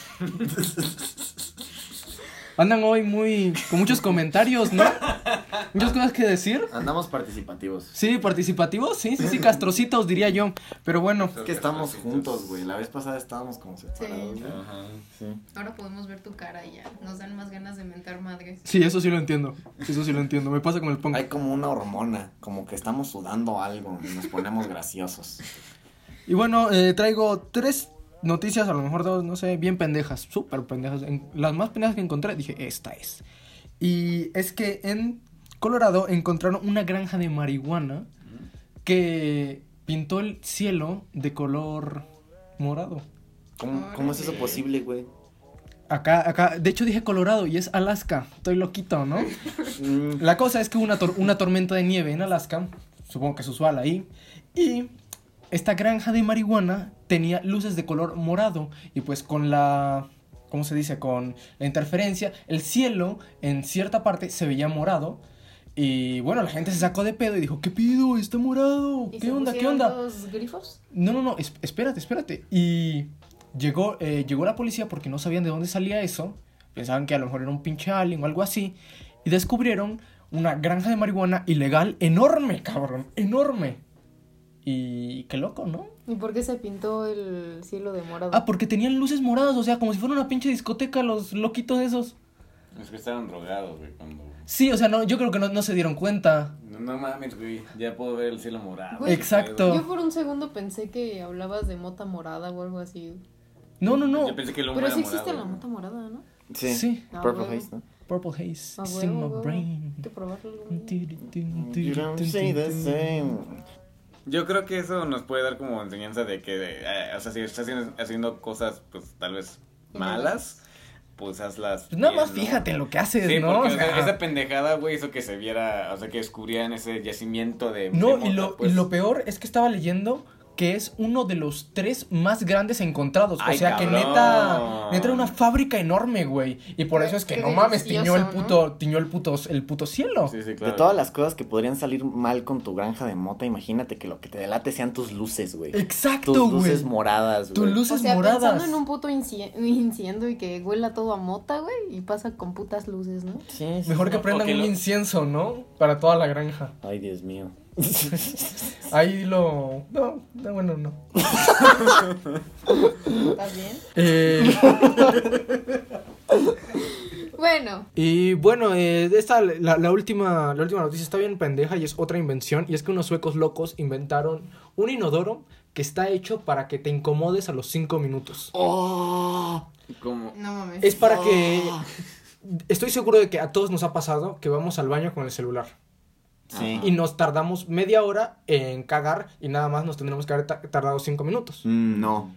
Speaker 6: Andan hoy muy con muchos comentarios, ¿no? Muchas cosas que decir.
Speaker 4: Andamos participativos.
Speaker 6: Sí, participativos, sí, sí, sí, castrocitos diría yo. Pero bueno,
Speaker 4: Es que estamos juntos, güey. La vez pasada estábamos como separados,
Speaker 5: Sí.
Speaker 4: güey.
Speaker 3: Ajá.
Speaker 4: Sí.
Speaker 5: Ahora podemos ver tu cara y ya. Nos dan más ganas de mentar madres.
Speaker 6: sí, eso sí lo entiendo. Eso sí lo entiendo. Me pasa con el punk.
Speaker 4: Hay como una hormona, como que estamos sudando algo y nos ponemos graciosos.
Speaker 6: Y bueno, eh, traigo tres noticias, a lo mejor dos, no sé, bien pendejas, súper pendejas. En, las más pendejas que encontré, dije, esta es. Y es que en Colorado encontraron una granja de marihuana que pintó el cielo de color morado.
Speaker 4: ¿Cómo, cómo es eso posible, güey?
Speaker 6: Acá, acá, de hecho dije Colorado y es Alaska. Estoy loquito, ¿no?
Speaker 4: Mm,
Speaker 6: La cosa es que hubo una, tor- una tormenta de nieve en Alaska, supongo que es usual ahí, y esta granja de marihuana tenía luces de color morado, y pues con la, ¿cómo se dice? Con la interferencia, el cielo en cierta parte se veía morado, y bueno, la gente se sacó de pedo y dijo, ¿qué pido? ¿Está morado?
Speaker 5: ¿Y
Speaker 6: ¿Qué
Speaker 5: se
Speaker 6: onda? ¿Qué
Speaker 5: pusieron
Speaker 6: onda?
Speaker 5: los grifos?
Speaker 6: No, no, no, es- espérate, espérate. Y llegó, eh, llegó la policía porque no sabían de dónde salía eso. Pensaban que a lo mejor era un pinche alien o algo así. Y descubrieron una granja de marihuana ilegal enorme, cabrón, enorme. Y qué loco, ¿no?
Speaker 5: ¿Y por qué se pintó el cielo de morado?
Speaker 6: Ah, porque tenían luces moradas, o sea, como si fuera una pinche discoteca los loquitos esos.
Speaker 3: Es que estaban drogados, güey, cuando...
Speaker 6: Sí, o sea, no, yo creo que no, no se dieron cuenta.
Speaker 3: No, no mames, güey, ya puedo ver el cielo morado.
Speaker 5: Güey,
Speaker 6: Exacto.
Speaker 5: Yo por un segundo pensé que hablabas de mota morada o algo así.
Speaker 6: No, no, no.
Speaker 3: Yo pensé que el humo
Speaker 5: Pero
Speaker 3: era
Speaker 5: sí existe
Speaker 3: morado,
Speaker 5: la
Speaker 3: güey.
Speaker 5: mota morada, ¿no?
Speaker 4: sí.
Speaker 6: Sí.
Speaker 5: Ah,
Speaker 4: Purple
Speaker 5: huevo.
Speaker 4: Haze, ¿no?
Speaker 6: Purple haze,
Speaker 5: A
Speaker 6: it's in
Speaker 5: huevo,
Speaker 6: my
Speaker 5: huevo.
Speaker 6: brain.
Speaker 5: Hay que probarlo algún día.
Speaker 4: You don't say the same.
Speaker 3: Yo creo que eso nos puede dar como enseñanza de que, de, eh, o sea, si estás haciendo, haciendo cosas, pues, tal vez malas, pues hazlas
Speaker 6: Pues nada
Speaker 3: bien,
Speaker 6: más
Speaker 3: ¿no?
Speaker 6: fíjate en lo que haces,
Speaker 3: Sí,
Speaker 6: ¿no?
Speaker 3: porque
Speaker 6: O sea,
Speaker 3: o sea, esa pendejada, güey, hizo que se viera, o sea, que descubrieran ese yacimiento de...
Speaker 6: No,
Speaker 3: de
Speaker 6: y
Speaker 3: mota,
Speaker 6: lo,
Speaker 3: pues.
Speaker 6: y lo peor es que estaba leyendo que es uno de los tres más grandes encontrados.
Speaker 3: Ay,
Speaker 6: o sea,
Speaker 3: cabrón.
Speaker 6: que neta, neta era una fábrica enorme, güey. Y por eso es que
Speaker 5: Qué
Speaker 6: no mames,
Speaker 5: delicioso,
Speaker 6: tiñó el
Speaker 5: ¿no?
Speaker 6: puto, tiñó el puto, el puto cielo.
Speaker 3: Sí, sí, claro.
Speaker 4: De todas las cosas que podrían salir mal con tu granja de mota, imagínate que lo que te delate sean tus luces, güey.
Speaker 6: Exacto,
Speaker 4: Tus
Speaker 6: güey.
Speaker 4: luces moradas,
Speaker 6: Tus
Speaker 4: güey.
Speaker 6: luces
Speaker 5: O sea,
Speaker 6: moradas.
Speaker 5: pensando en un puto inci- incendio y que huela todo a mota, güey, y pasa con putas luces, ¿no?
Speaker 4: Sí, sí,
Speaker 6: Mejor que
Speaker 4: sí.
Speaker 6: prendan
Speaker 3: Ok,
Speaker 6: un
Speaker 3: lo-
Speaker 6: incienso, ¿no? Para toda la granja.
Speaker 4: Ay, Dios mío.
Speaker 6: Ahí lo... No, no, bueno, no.
Speaker 5: ¿Estás bien?
Speaker 6: Eh...
Speaker 5: Bueno,
Speaker 6: Y bueno, eh, esta, la, la, última, la última noticia está bien pendeja y es otra invención. Y es que unos suecos locos inventaron un inodoro que está hecho para que te incomodes a los cinco minutos.
Speaker 4: ¡Oh!
Speaker 3: Como...
Speaker 5: no mames.
Speaker 6: Es para que... Estoy seguro de que a todos nos ha pasado que vamos al baño con el celular.
Speaker 4: Sí.
Speaker 6: Y nos tardamos media hora en cagar y nada más nos tendremos que haber ta- tardado cinco minutos.
Speaker 4: Mm, no.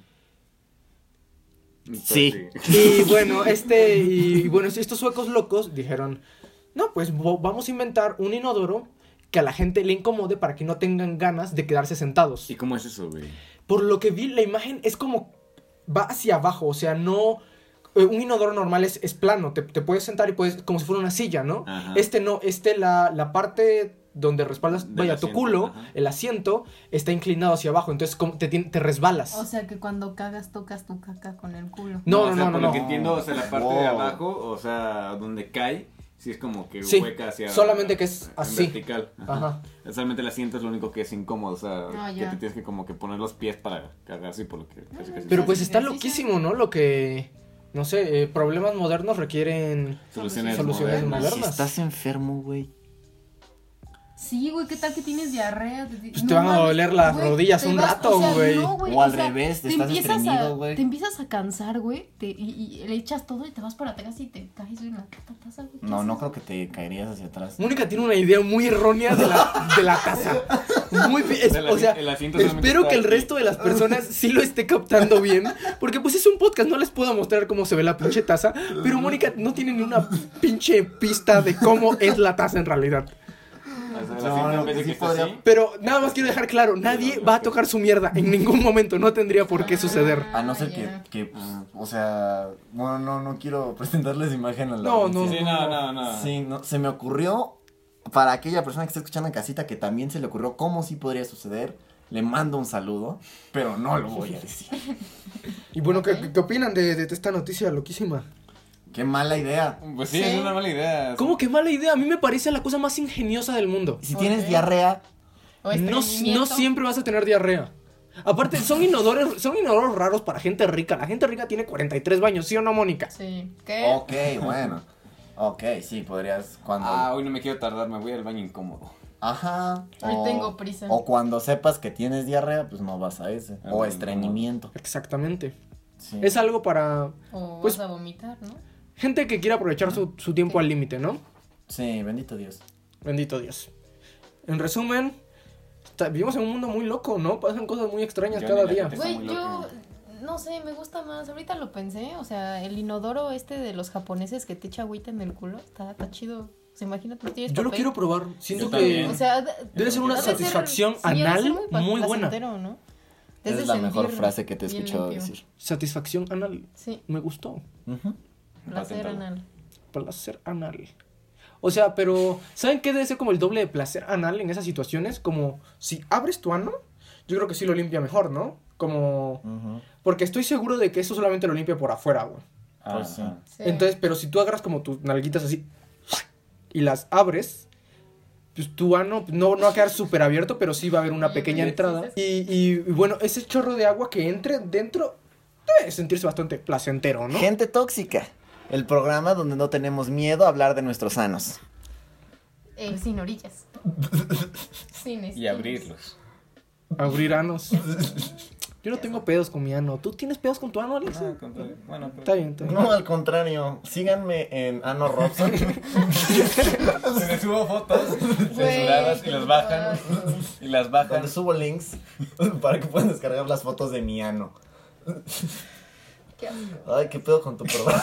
Speaker 3: Pues
Speaker 4: Sí.
Speaker 6: Y bueno, este, y bueno, estos suecos locos dijeron, no, pues vo- vamos a inventar un inodoro que a la gente le incomode para que no tengan ganas de quedarse sentados.
Speaker 3: ¿Y cómo es eso, güey?
Speaker 6: Por lo que vi, la imagen es como, va hacia abajo, o sea, no... eh, Un inodoro normal es, es plano, te, te puedes sentar y puedes, como si fuera una silla, ¿no?
Speaker 3: Ajá.
Speaker 6: Este no, este la, la parte donde respaldas,
Speaker 3: Del
Speaker 6: vaya, tu
Speaker 3: asiento,
Speaker 6: culo,
Speaker 3: ajá.
Speaker 6: el asiento, está inclinado hacia abajo, entonces como te, tien- te resbalas.
Speaker 5: O sea que cuando cagas tocas tu caca con el culo.
Speaker 6: No,
Speaker 3: o
Speaker 6: no,
Speaker 3: sea,
Speaker 6: no,
Speaker 3: por
Speaker 6: no,
Speaker 3: lo que
Speaker 6: no.
Speaker 3: entiendo, o sea, la parte
Speaker 4: Wow.
Speaker 3: de abajo, o sea, donde cae, sí es como que
Speaker 6: Sí,
Speaker 3: hueca hacia...
Speaker 6: solamente que es
Speaker 3: en
Speaker 6: así.
Speaker 3: vertical. Ajá.
Speaker 6: Ajá.
Speaker 3: Solamente el asiento es lo único que es incómodo, o sea,
Speaker 5: Ah,
Speaker 3: que
Speaker 5: ya.
Speaker 3: te tienes que como que poner los pies para cagar, sí, por lo que casi casi...
Speaker 6: Pero
Speaker 5: Sí,
Speaker 6: pues
Speaker 5: sí,
Speaker 6: está
Speaker 5: sí, sí.
Speaker 6: loquísimo, ¿no? Lo que, no sé, eh, problemas modernos requieren...
Speaker 3: Soluciones,
Speaker 6: Soluciones
Speaker 3: modernas.
Speaker 6: modernas.
Speaker 4: Si estás enfermo, güey.
Speaker 5: Sí, güey, ¿qué tal que tienes diarrea?
Speaker 6: Pues te van a doler las rodillas
Speaker 5: te
Speaker 6: un
Speaker 5: vas-
Speaker 6: rato,
Speaker 5: o sea,
Speaker 6: güey.
Speaker 5: no,
Speaker 4: O al revés, te estás
Speaker 5: empiezas
Speaker 4: estreñido,
Speaker 5: a,
Speaker 4: güey.
Speaker 5: Te empiezas a cansar, güey, te- y, y le echas todo y te vas para atrás y te caes en la puta taza, güey. ¿Qué
Speaker 4: No, no
Speaker 5: haces?
Speaker 4: creo que te caerías hacia atrás.
Speaker 6: Mónica tiene una idea muy errónea de la, de la taza. Muy, pi- es-
Speaker 3: El
Speaker 6: o sea,
Speaker 3: asi- el asiento solamente
Speaker 6: espero
Speaker 3: está
Speaker 6: que el
Speaker 3: aquí.
Speaker 6: resto de las personas sí lo esté captando bien. Porque pues es un podcast, no les puedo mostrar cómo se ve la pinche taza. Pero Mónica no tiene ni una pinche pista de cómo es la taza en realidad.
Speaker 3: O sea, el
Speaker 4: No,
Speaker 3: asiento en
Speaker 4: no,
Speaker 3: vez de
Speaker 4: que
Speaker 3: que
Speaker 4: sí
Speaker 3: está
Speaker 4: podría-
Speaker 3: así,
Speaker 6: Pero nada más quiero dejar claro, nadie va a tocar su mierda en ningún momento. No tendría por qué suceder.
Speaker 4: A no ser
Speaker 5: Ah,
Speaker 4: que,
Speaker 5: ya.
Speaker 4: que, pues, o sea, bueno, no, no quiero presentarles imagen a la
Speaker 6: No, no,
Speaker 4: audiencia.
Speaker 3: Sí, no, no, no.
Speaker 4: Sí, no, se me ocurrió, para aquella persona que está escuchando en casita, que también se le ocurrió cómo sí podría suceder, le mando un saludo, pero no lo voy a decir.
Speaker 6: Y bueno, ¿qué, qué- qué opinan de, de esta noticia loquísima?
Speaker 4: Qué mala idea.
Speaker 3: Pues sí,
Speaker 5: Sí.
Speaker 3: es una mala idea.
Speaker 6: ¿Cómo que mala idea? A mí me parece la cosa más ingeniosa del mundo.
Speaker 4: Si
Speaker 5: ¿Por
Speaker 4: tienes
Speaker 5: qué?
Speaker 4: diarrea,
Speaker 5: O
Speaker 6: No, no
Speaker 5: estreñimiento.
Speaker 6: siempre vas a tener diarrea. Aparte, son inodoros, son inodoros raros para gente rica. La gente rica tiene cuarenta y tres baños, ¿sí o no, Mónica?
Speaker 5: Sí. ¿Qué?
Speaker 4: ok, bueno. Ok, sí, podrías cuando...
Speaker 3: Ah, hoy no me quiero tardar, me voy al baño incómodo.
Speaker 4: Ajá.
Speaker 5: Hoy
Speaker 4: o-
Speaker 5: tengo prisa.
Speaker 4: O cuando sepas que tienes diarrea, pues no vas a ese.
Speaker 3: Ah,
Speaker 4: O
Speaker 3: no,
Speaker 4: estreñimiento.
Speaker 6: Exactamente.
Speaker 4: Sí.
Speaker 6: Es algo para
Speaker 5: O
Speaker 6: pues-
Speaker 5: vas a vomitar, ¿no?
Speaker 6: gente que quiere aprovechar su, su tiempo al límite, ¿no?
Speaker 4: Sí, bendito Dios.
Speaker 6: Bendito Dios. En resumen, está- vivimos en un mundo muy loco, ¿no? Pasan cosas muy extrañas
Speaker 3: Ya
Speaker 6: cada
Speaker 3: ni la
Speaker 6: día.
Speaker 3: gente está
Speaker 5: Güey,
Speaker 3: muy
Speaker 5: yo
Speaker 3: loco.
Speaker 5: no sé, me gusta más. Ahorita lo pensé, o sea, el inodoro este de los japoneses que te echa agüita en el culo, está, está chido. O sea, imagínate, tienes
Speaker 6: Yo lo
Speaker 5: papel.
Speaker 6: quiero probar. Siento
Speaker 3: Yo
Speaker 6: que
Speaker 3: también.
Speaker 5: O sea, d-
Speaker 6: debe ser una
Speaker 5: ha de ser-
Speaker 6: satisfacción
Speaker 5: sí, ha de ser
Speaker 6: anal
Speaker 5: pa-
Speaker 6: muy buena.
Speaker 5: placentero, ¿no? Te has
Speaker 4: Esa
Speaker 5: de
Speaker 4: es la mejor
Speaker 5: sentir
Speaker 4: frase que te he
Speaker 5: bien
Speaker 4: escuchado
Speaker 5: limpio.
Speaker 4: decir.
Speaker 6: Satisfacción anal.
Speaker 5: Sí,
Speaker 6: Me gustó.
Speaker 4: Ujú.
Speaker 5: placer
Speaker 3: Paténtalo.
Speaker 5: anal.
Speaker 6: Placer anal. O sea, pero ¿saben qué debe ser como el doble de placer anal en esas situaciones? Como si abres tu ano, yo creo que sí lo limpia mejor, ¿no? Como...
Speaker 4: Ujú.
Speaker 6: Porque estoy seguro de que eso solamente lo limpia por afuera, güey.
Speaker 4: Pues sí.
Speaker 3: Ajá.
Speaker 5: Sí.
Speaker 6: Entonces, pero si tú agarras como tus nalguitas así y las abres, pues tu ano no, no va a quedar súper abierto, pero sí va a haber una
Speaker 5: Sí,
Speaker 6: pequeña
Speaker 5: sí,
Speaker 6: entrada.
Speaker 5: sí,
Speaker 6: Y, y, y bueno, ese chorro de agua que entre dentro debe sentirse bastante placentero, ¿no?
Speaker 4: Gente tóxica. El programa donde no tenemos miedo a hablar de nuestros sanos.
Speaker 5: Eh, sin orillas. Sin
Speaker 3: Y
Speaker 5: espinas.
Speaker 3: abrirlos.
Speaker 6: Abrir anos. Yo no tengo pedos con mi ano. ¿Tú tienes pedos con tu ano, Alex?
Speaker 3: Ah, con todo- bueno, pero-
Speaker 6: Está bien, está bien.
Speaker 4: No, al contrario. Síganme en Ano Robson.
Speaker 3: Se les subo fotos censuradas y las bajan. Y las bajan.
Speaker 4: Donde subo links para que puedan descargar las fotos de mi ano.
Speaker 5: Qué asco.
Speaker 4: Ay, qué pedo con tu programa.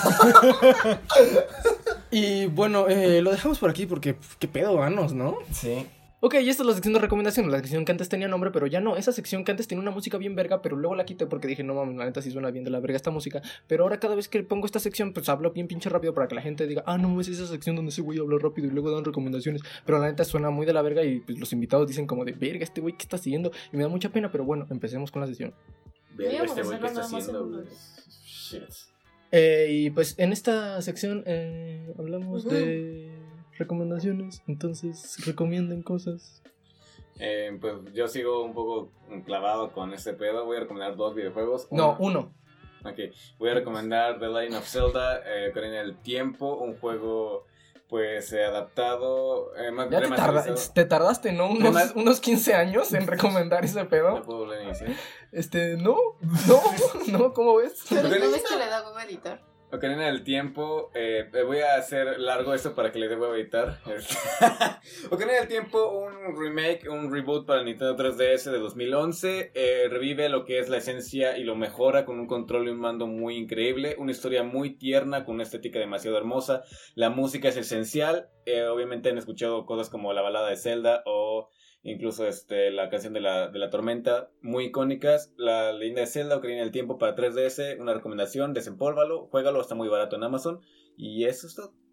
Speaker 6: Y bueno, eh, lo dejamos por aquí porque pf, qué pedo, anos, ¿no?
Speaker 4: Sí.
Speaker 6: Ok, y esta es la sección de recomendaciones, la sección que antes tenía nombre, pero ya no. Esa sección que antes tenía una música bien verga, pero luego la quité porque dije, no mames, la neta sí suena bien de la verga esta música. Pero ahora cada vez que pongo esta sección, pues hablo bien pinche rápido para que la gente diga, ah, no, es esa sección donde ese güey habla rápido y luego dan recomendaciones. Pero la neta suena muy de la verga y pues, los invitados dicen como de, verga, este güey que está siguiendo. Y me da mucha pena, pero bueno, empecemos con la sesión.
Speaker 3: Verga,
Speaker 5: Deberíamos
Speaker 3: este güey que
Speaker 5: hacerlo
Speaker 3: está
Speaker 5: nada más en
Speaker 3: haciendo,
Speaker 5: un-
Speaker 3: güey. Shit.
Speaker 6: Eh, y pues en esta sección eh, hablamos
Speaker 5: Ujú.
Speaker 6: de recomendaciones, entonces recomienden cosas.
Speaker 3: Eh, pues yo sigo un poco clavado con este pedo. Voy a recomendar dos videojuegos.
Speaker 6: No,
Speaker 3: Uno-
Speaker 6: uno.
Speaker 3: Ok, voy a recomendar The Legend of Zelda, eh, Ocarina del Tiempo, un juego pues eh, adaptado, eh, más
Speaker 6: Ya te, tarda-
Speaker 3: remasterizado.
Speaker 6: te tardaste, ¿no? Unos,
Speaker 3: Remas-
Speaker 6: unos quince años en recomendar ese
Speaker 3: ¿No
Speaker 6: pedo.
Speaker 3: puedo volver a iniciar?
Speaker 6: Este, no, no, no, ¿cómo ves?
Speaker 5: Pero no ves que le da huevo editar.
Speaker 3: Ocarina del Tiempo, eh, voy a hacer largo esto para que le deba editar. Ocarina del Tiempo, un remake, un reboot para Nintendo tres D S de dos mil once. Eh, revive lo que es la esencia y lo mejora con un control y un mando muy increíble. Una historia muy tierna con una estética demasiado hermosa. La música es esencial. Eh, obviamente han escuchado cosas como la balada de Zelda o incluso este, la canción de la, de la tormenta, muy icónicas. La leyenda de Zelda, Ocarina del Tiempo para tres D S, una recomendación, desempólvalo, juégalo, está muy barato en Amazon. Y eso es todo.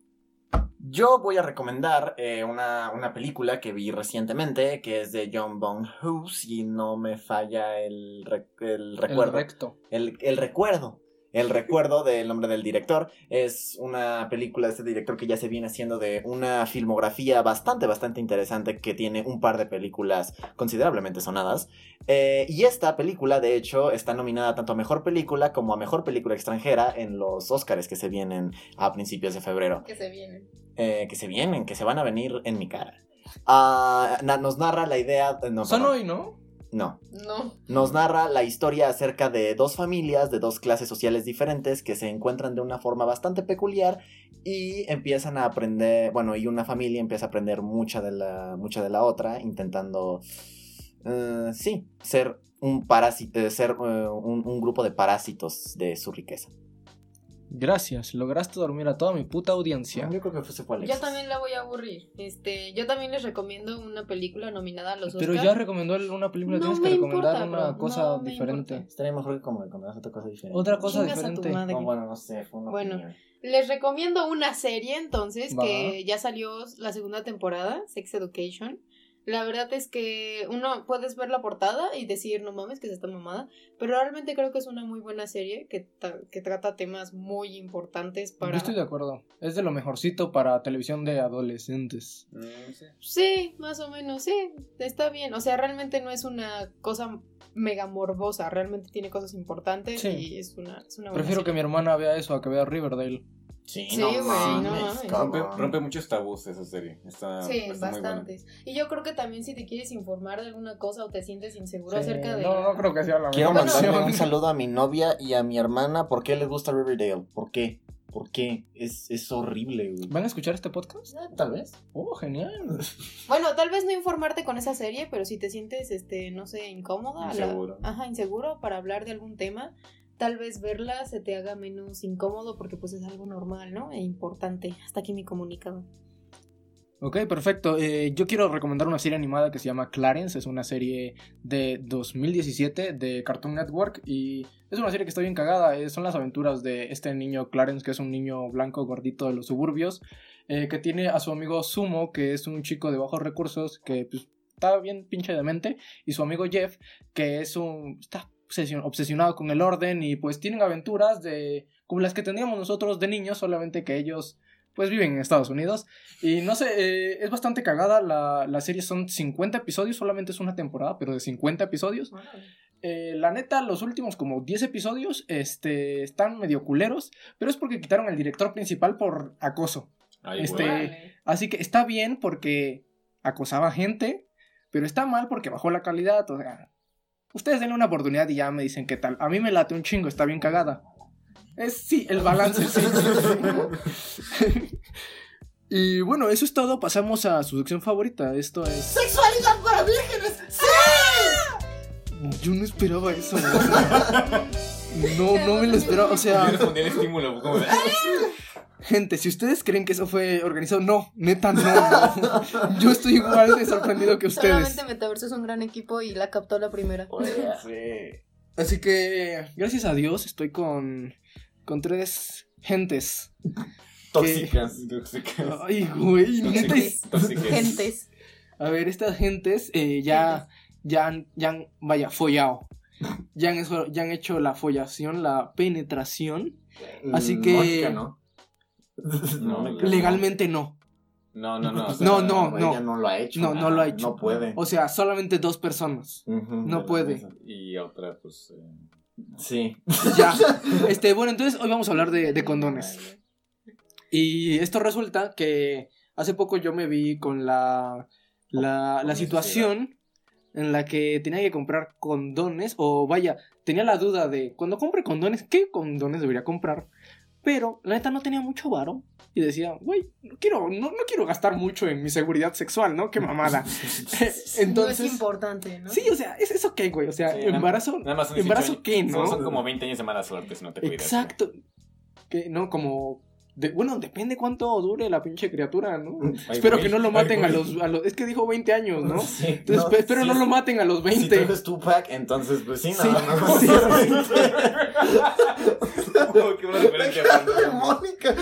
Speaker 4: Yo voy a recomendar eh, una, una película que vi recientemente, que es de John Bong-Ho, si no me falla el, re- el recuerdo.
Speaker 6: El recto.
Speaker 4: El, el recuerdo. El recuerdo del nombre del director. Es una película de este director que ya se viene haciendo de una filmografía bastante, bastante interesante, que tiene un par de películas considerablemente sonadas. Eh, y esta película, de hecho, está nominada tanto a Mejor Película como a Mejor Película Extranjera en los Óscares que se vienen a principios de febrero.
Speaker 5: Que se vienen.
Speaker 4: Eh, que se vienen, que se van a venir en mi cara. Ah, na- nos narra la idea... No,
Speaker 6: Son
Speaker 4: perdón.
Speaker 6: hoy, ¿no?
Speaker 4: No.
Speaker 5: No.
Speaker 4: Nos narra la historia acerca de dos familias de dos clases sociales diferentes que se encuentran de una forma bastante peculiar y empiezan a aprender, bueno, y una familia empieza a aprender mucha de la, mucha de la otra, intentando, uh, sí, ser un parásito, eh, ser uh, un, un grupo de parásitos de su riqueza.
Speaker 6: Gracias, lograste dormir a toda mi puta audiencia.
Speaker 4: Yo creo que se fue Alexis.
Speaker 5: Yo también la voy a aburrir. Este, yo también les recomiendo una película nominada a los
Speaker 6: Pero
Speaker 5: Oscar.
Speaker 6: ya recomendó él una película,
Speaker 5: No
Speaker 6: tienes
Speaker 5: me
Speaker 6: que recomendar
Speaker 5: importa,
Speaker 6: una
Speaker 5: bro,
Speaker 6: cosa
Speaker 5: no me
Speaker 6: diferente.
Speaker 5: importa.
Speaker 4: Estaría mejor que como recomendaras otra cosa diferente.
Speaker 6: Otra cosa
Speaker 5: Chingas a tu
Speaker 6: diferente.
Speaker 5: madre.
Speaker 4: No, bueno, no sé, fue una
Speaker 5: Bueno.
Speaker 4: opinión.
Speaker 5: Les recomiendo una serie entonces
Speaker 6: Va.
Speaker 5: que ya salió la segunda temporada, Sex Education. La verdad es que uno puedes ver la portada y decir, no mames, que es esta mamada, pero realmente creo que es una muy buena serie que, ta- que trata temas muy importantes para...
Speaker 6: Yo estoy de acuerdo. Es de lo mejorcito para televisión de adolescentes.
Speaker 3: Mm, sí.
Speaker 5: Sí, más o menos, sí, está bien. O sea, realmente no es una cosa mega morbosa, realmente tiene cosas importantes
Speaker 6: Sí.
Speaker 5: y es una, es una buena
Speaker 6: Prefiero que
Speaker 5: serie.
Speaker 6: mi hermana vea eso a que vea Riverdale.
Speaker 4: Sí,
Speaker 5: Sí,
Speaker 4: no
Speaker 5: güey, no
Speaker 4: mames,
Speaker 5: mames.
Speaker 4: cabrón.
Speaker 3: Rompe, rompe muchos tabús esa serie. Está,
Speaker 5: Sí,
Speaker 3: está muy buena.
Speaker 5: bastantes. Y yo creo que también si te quieres informar de alguna cosa o te sientes inseguro
Speaker 6: Sí,
Speaker 5: acerca de...
Speaker 6: No, no creo que sea la
Speaker 4: Quiero
Speaker 6: mejor
Speaker 4: mandarle
Speaker 6: opción.
Speaker 4: un saludo a mi novia y a mi hermana. ¿Por qué les gusta Riverdale? ¿Por qué? ¿Por qué? Es, es horrible, güey.
Speaker 6: ¿Van a escuchar este podcast?
Speaker 4: Tal vez.
Speaker 6: Oh, genial.
Speaker 5: Bueno, tal vez no informarte con esa serie, pero si te sientes, este, no sé, incómoda. la-
Speaker 3: Inseguro.
Speaker 5: Ajá, inseguro para hablar de algún tema, tal vez verla se te haga menos incómodo porque pues es algo normal, ¿no? E importante. Hasta aquí mi comunicado.
Speaker 6: Ok, perfecto. Eh, yo quiero recomendar una serie animada que se llama Clarence. Es una serie de dos mil diecisiete de Cartoon Network y es una serie que está bien cagada. Eh, son las aventuras de este niño Clarence, que es un niño blanco gordito de los suburbios, eh, que tiene a su amigo Sumo, que es un chico de bajos recursos que pues, está bien pinche demente, y su amigo Jeff, que es un... está obsesion- obsesionado con el orden y pues tienen aventuras de como las que teníamos nosotros de niños, solamente que ellos pues viven en Estados Unidos. Y no sé, eh, es bastante cagada. La, la serie son cincuenta episodios, solamente es una temporada, pero de cincuenta episodios. Eh, la neta, los últimos como diez episodios este, están medio culeros, pero es porque quitaron al director principal por acoso.
Speaker 3: Ay,
Speaker 6: Este-
Speaker 3: güey.
Speaker 5: Órale.
Speaker 6: Así que está bien porque acosaba gente, pero está mal porque bajó la calidad. O sea, ustedes denle una oportunidad y ya me dicen qué tal. A mí me late un chingo, está bien cagada. Es, sí, el balance, sí, sí, sí. Y bueno, eso es todo. Pasamos a su sección favorita. Esto es...
Speaker 4: ¡Sexualidad para vírgenes!
Speaker 6: Yo no esperaba eso. No, no me lo esperaba. O
Speaker 3: Yo
Speaker 6: sea,
Speaker 3: respondí al estímulo. Como de,
Speaker 6: gente, si ustedes creen que eso fue organizado, no, neta, no, no. Yo estoy igual de sorprendido que ustedes.
Speaker 5: Solamente Metaverso es un gran equipo y la captó la primera.
Speaker 4: Sí.
Speaker 6: Así que, gracias a Dios, estoy con, con tres gentes.
Speaker 3: tóxicas. Tóxicas.
Speaker 6: Ay, güey, neta.
Speaker 3: Tóxicas. Tóxicas.
Speaker 5: Gentes.
Speaker 6: A ver, estas gentes eh, ya, ya, han, ya han, vaya, follado. Ya han, eso- ya han hecho la follación, la penetración. Así que-
Speaker 4: Mónica, ¿no?
Speaker 3: No,
Speaker 4: Mónica,
Speaker 6: Legalmente no.
Speaker 3: No, no, no. o sea,
Speaker 6: No, no.
Speaker 4: Ella no lo ha hecho.
Speaker 6: No, no lo ha hecho.
Speaker 4: No puede.
Speaker 6: O sea, solamente dos personas.
Speaker 4: Ujú.
Speaker 6: No puede.
Speaker 3: Y otra, pues. eh,
Speaker 4: Sí.
Speaker 6: Ya. Este, bueno, entonces hoy vamos a hablar de, de condones. Y esto resulta que hace poco yo me vi con la, la, la situación en la que tenía que comprar condones, o vaya, tenía la duda de, cuando compre condones, ¿qué condones debería comprar? Pero la neta no tenía mucho varo. Y decía, güey, no quiero, no, no quiero gastar mucho en mi seguridad sexual, ¿no? Qué mamada. Entonces,
Speaker 5: no es importante, ¿no?
Speaker 6: sí, o sea, es eso qué, güey. O sea,
Speaker 3: Sí,
Speaker 6: embarazo.
Speaker 3: Nada más son
Speaker 6: ¿Embarazo
Speaker 3: dieciocho
Speaker 6: qué,
Speaker 3: años.
Speaker 6: no?
Speaker 3: Son, son como veinte años de mala suerte si no te cuidas.
Speaker 6: Exacto. Que no, como. De, bueno, depende cuánto dure la pinche criatura, ¿no?
Speaker 3: Ay,
Speaker 6: Espero
Speaker 3: güey,
Speaker 6: que no lo
Speaker 3: ay,
Speaker 6: maten a
Speaker 3: güey.
Speaker 6: los, a los. Es que dijo veinte años, ¿no?
Speaker 4: Sí,
Speaker 6: Entonces,
Speaker 4: no,
Speaker 6: pe- espero
Speaker 4: sí
Speaker 6: no
Speaker 4: es-
Speaker 6: lo maten a los
Speaker 4: Si
Speaker 6: veinte.
Speaker 4: tú eres Tupac, entonces, pues sí,
Speaker 6: Sí,
Speaker 4: nada más.
Speaker 6: sí.
Speaker 3: Oh, qué buena referencia, Juan.
Speaker 4: Mónica.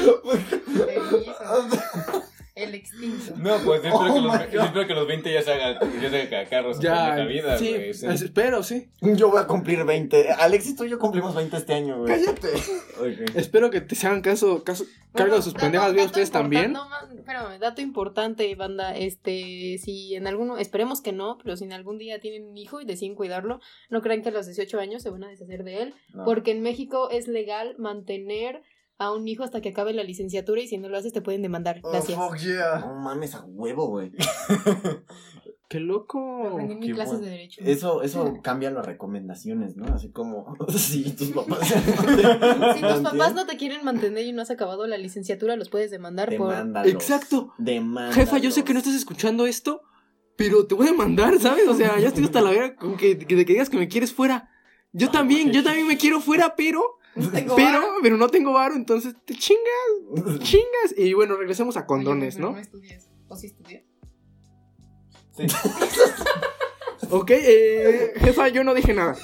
Speaker 5: El extinto.
Speaker 3: No, pues yo espero,
Speaker 4: Oh
Speaker 3: que los,
Speaker 4: my
Speaker 3: yo
Speaker 4: God.
Speaker 3: espero que los veinte ya se haga, ya se haga carros
Speaker 6: Ya,
Speaker 3: en la vida,
Speaker 6: sí,
Speaker 3: güey. Sí.
Speaker 6: es- espero, sí.
Speaker 4: Yo voy a cumplir veinte. Alexis, tú y yo cumplimos veinte este año, güey.
Speaker 6: Cállate.
Speaker 3: Ok.
Speaker 6: Espero que te se hagan caso, caso cargo de sus
Speaker 5: Bueno,
Speaker 6: pendejas
Speaker 5: dato-
Speaker 6: vidas
Speaker 5: dato
Speaker 6: ustedes también.
Speaker 5: importan- No, man, espérame, dato importante, banda, este, si en alguno, esperemos que no, pero si en algún día tienen un hijo y deciden cuidarlo, no crean que a los dieciocho años se van a deshacer de él,
Speaker 4: No.
Speaker 5: porque en México es legal mantener a un hijo hasta que acabe la licenciatura y si no lo haces te pueden demandar. Gracias.
Speaker 4: Oh, fuck yeah. No mames, a huevo, güey.
Speaker 6: Qué
Speaker 5: Lo
Speaker 6: loco.
Speaker 5: aprendí en mis
Speaker 4: qué
Speaker 5: clases
Speaker 4: bueno.
Speaker 5: de derecho.
Speaker 4: Eso, eso cambia las recomendaciones, ¿no? Así como, sí, tus papás.
Speaker 5: Si tus papás no te quieren mantener y no has acabado la licenciatura, los puedes demandar por...
Speaker 4: Demándalos.
Speaker 6: Exacto.
Speaker 4: Demándalos.
Speaker 6: Jefa, yo sé que no estás escuchando esto, pero te voy a demandar, ¿sabes? O sea, ya estoy hasta la vera con que, que, de que digas que me quieres fuera. Yo también, yo también me quiero fuera, pero,
Speaker 5: No tengo
Speaker 6: pero,
Speaker 5: varo.
Speaker 6: pero no tengo varo, entonces te chingas, chingas. Y bueno, regresemos a condones,
Speaker 5: Oye, pero
Speaker 6: ¿no?
Speaker 5: estudias. ¿O sí estudias?
Speaker 3: Sí.
Speaker 6: Ok, eh, jefa, yo no dije nada.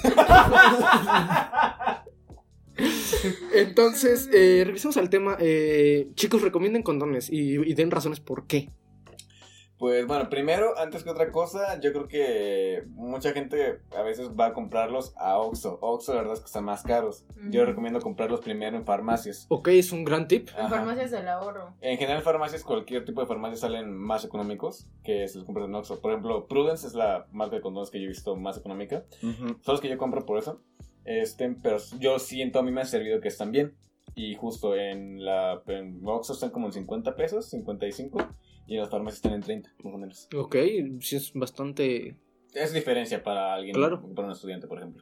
Speaker 6: Entonces, eh, regresemos al tema. Eh, chicos, recomienden condones y, y den razones por qué.
Speaker 3: Pues bueno, primero, antes que otra cosa, yo creo que mucha gente a veces va a comprarlos a Oxxo. Oxxo, la verdad es que están más caros. Yo
Speaker 5: Ujú.
Speaker 3: recomiendo comprarlos primero en farmacias.
Speaker 6: Ok, es un gran tip.
Speaker 5: En
Speaker 3: Ajá.
Speaker 5: farmacias del ahorro.
Speaker 3: En general, farmacias, cualquier tipo de farmacias salen más económicos que si los compras en Oxxo. Por ejemplo, Prudence es la marca de condones que yo he visto más económica.
Speaker 4: Ujú.
Speaker 3: Son los que yo compro por eso. Este, pero yo siento, a mí me ha servido que están bien. Y justo en la en Oxxo están como en cincuenta pesos, cincuenta y cinco. Y en las farmacias están en treinta, más o menos.
Speaker 6: Ok, sí es bastante...
Speaker 3: Es diferencia para alguien,
Speaker 6: Claro.
Speaker 3: para un estudiante, por ejemplo.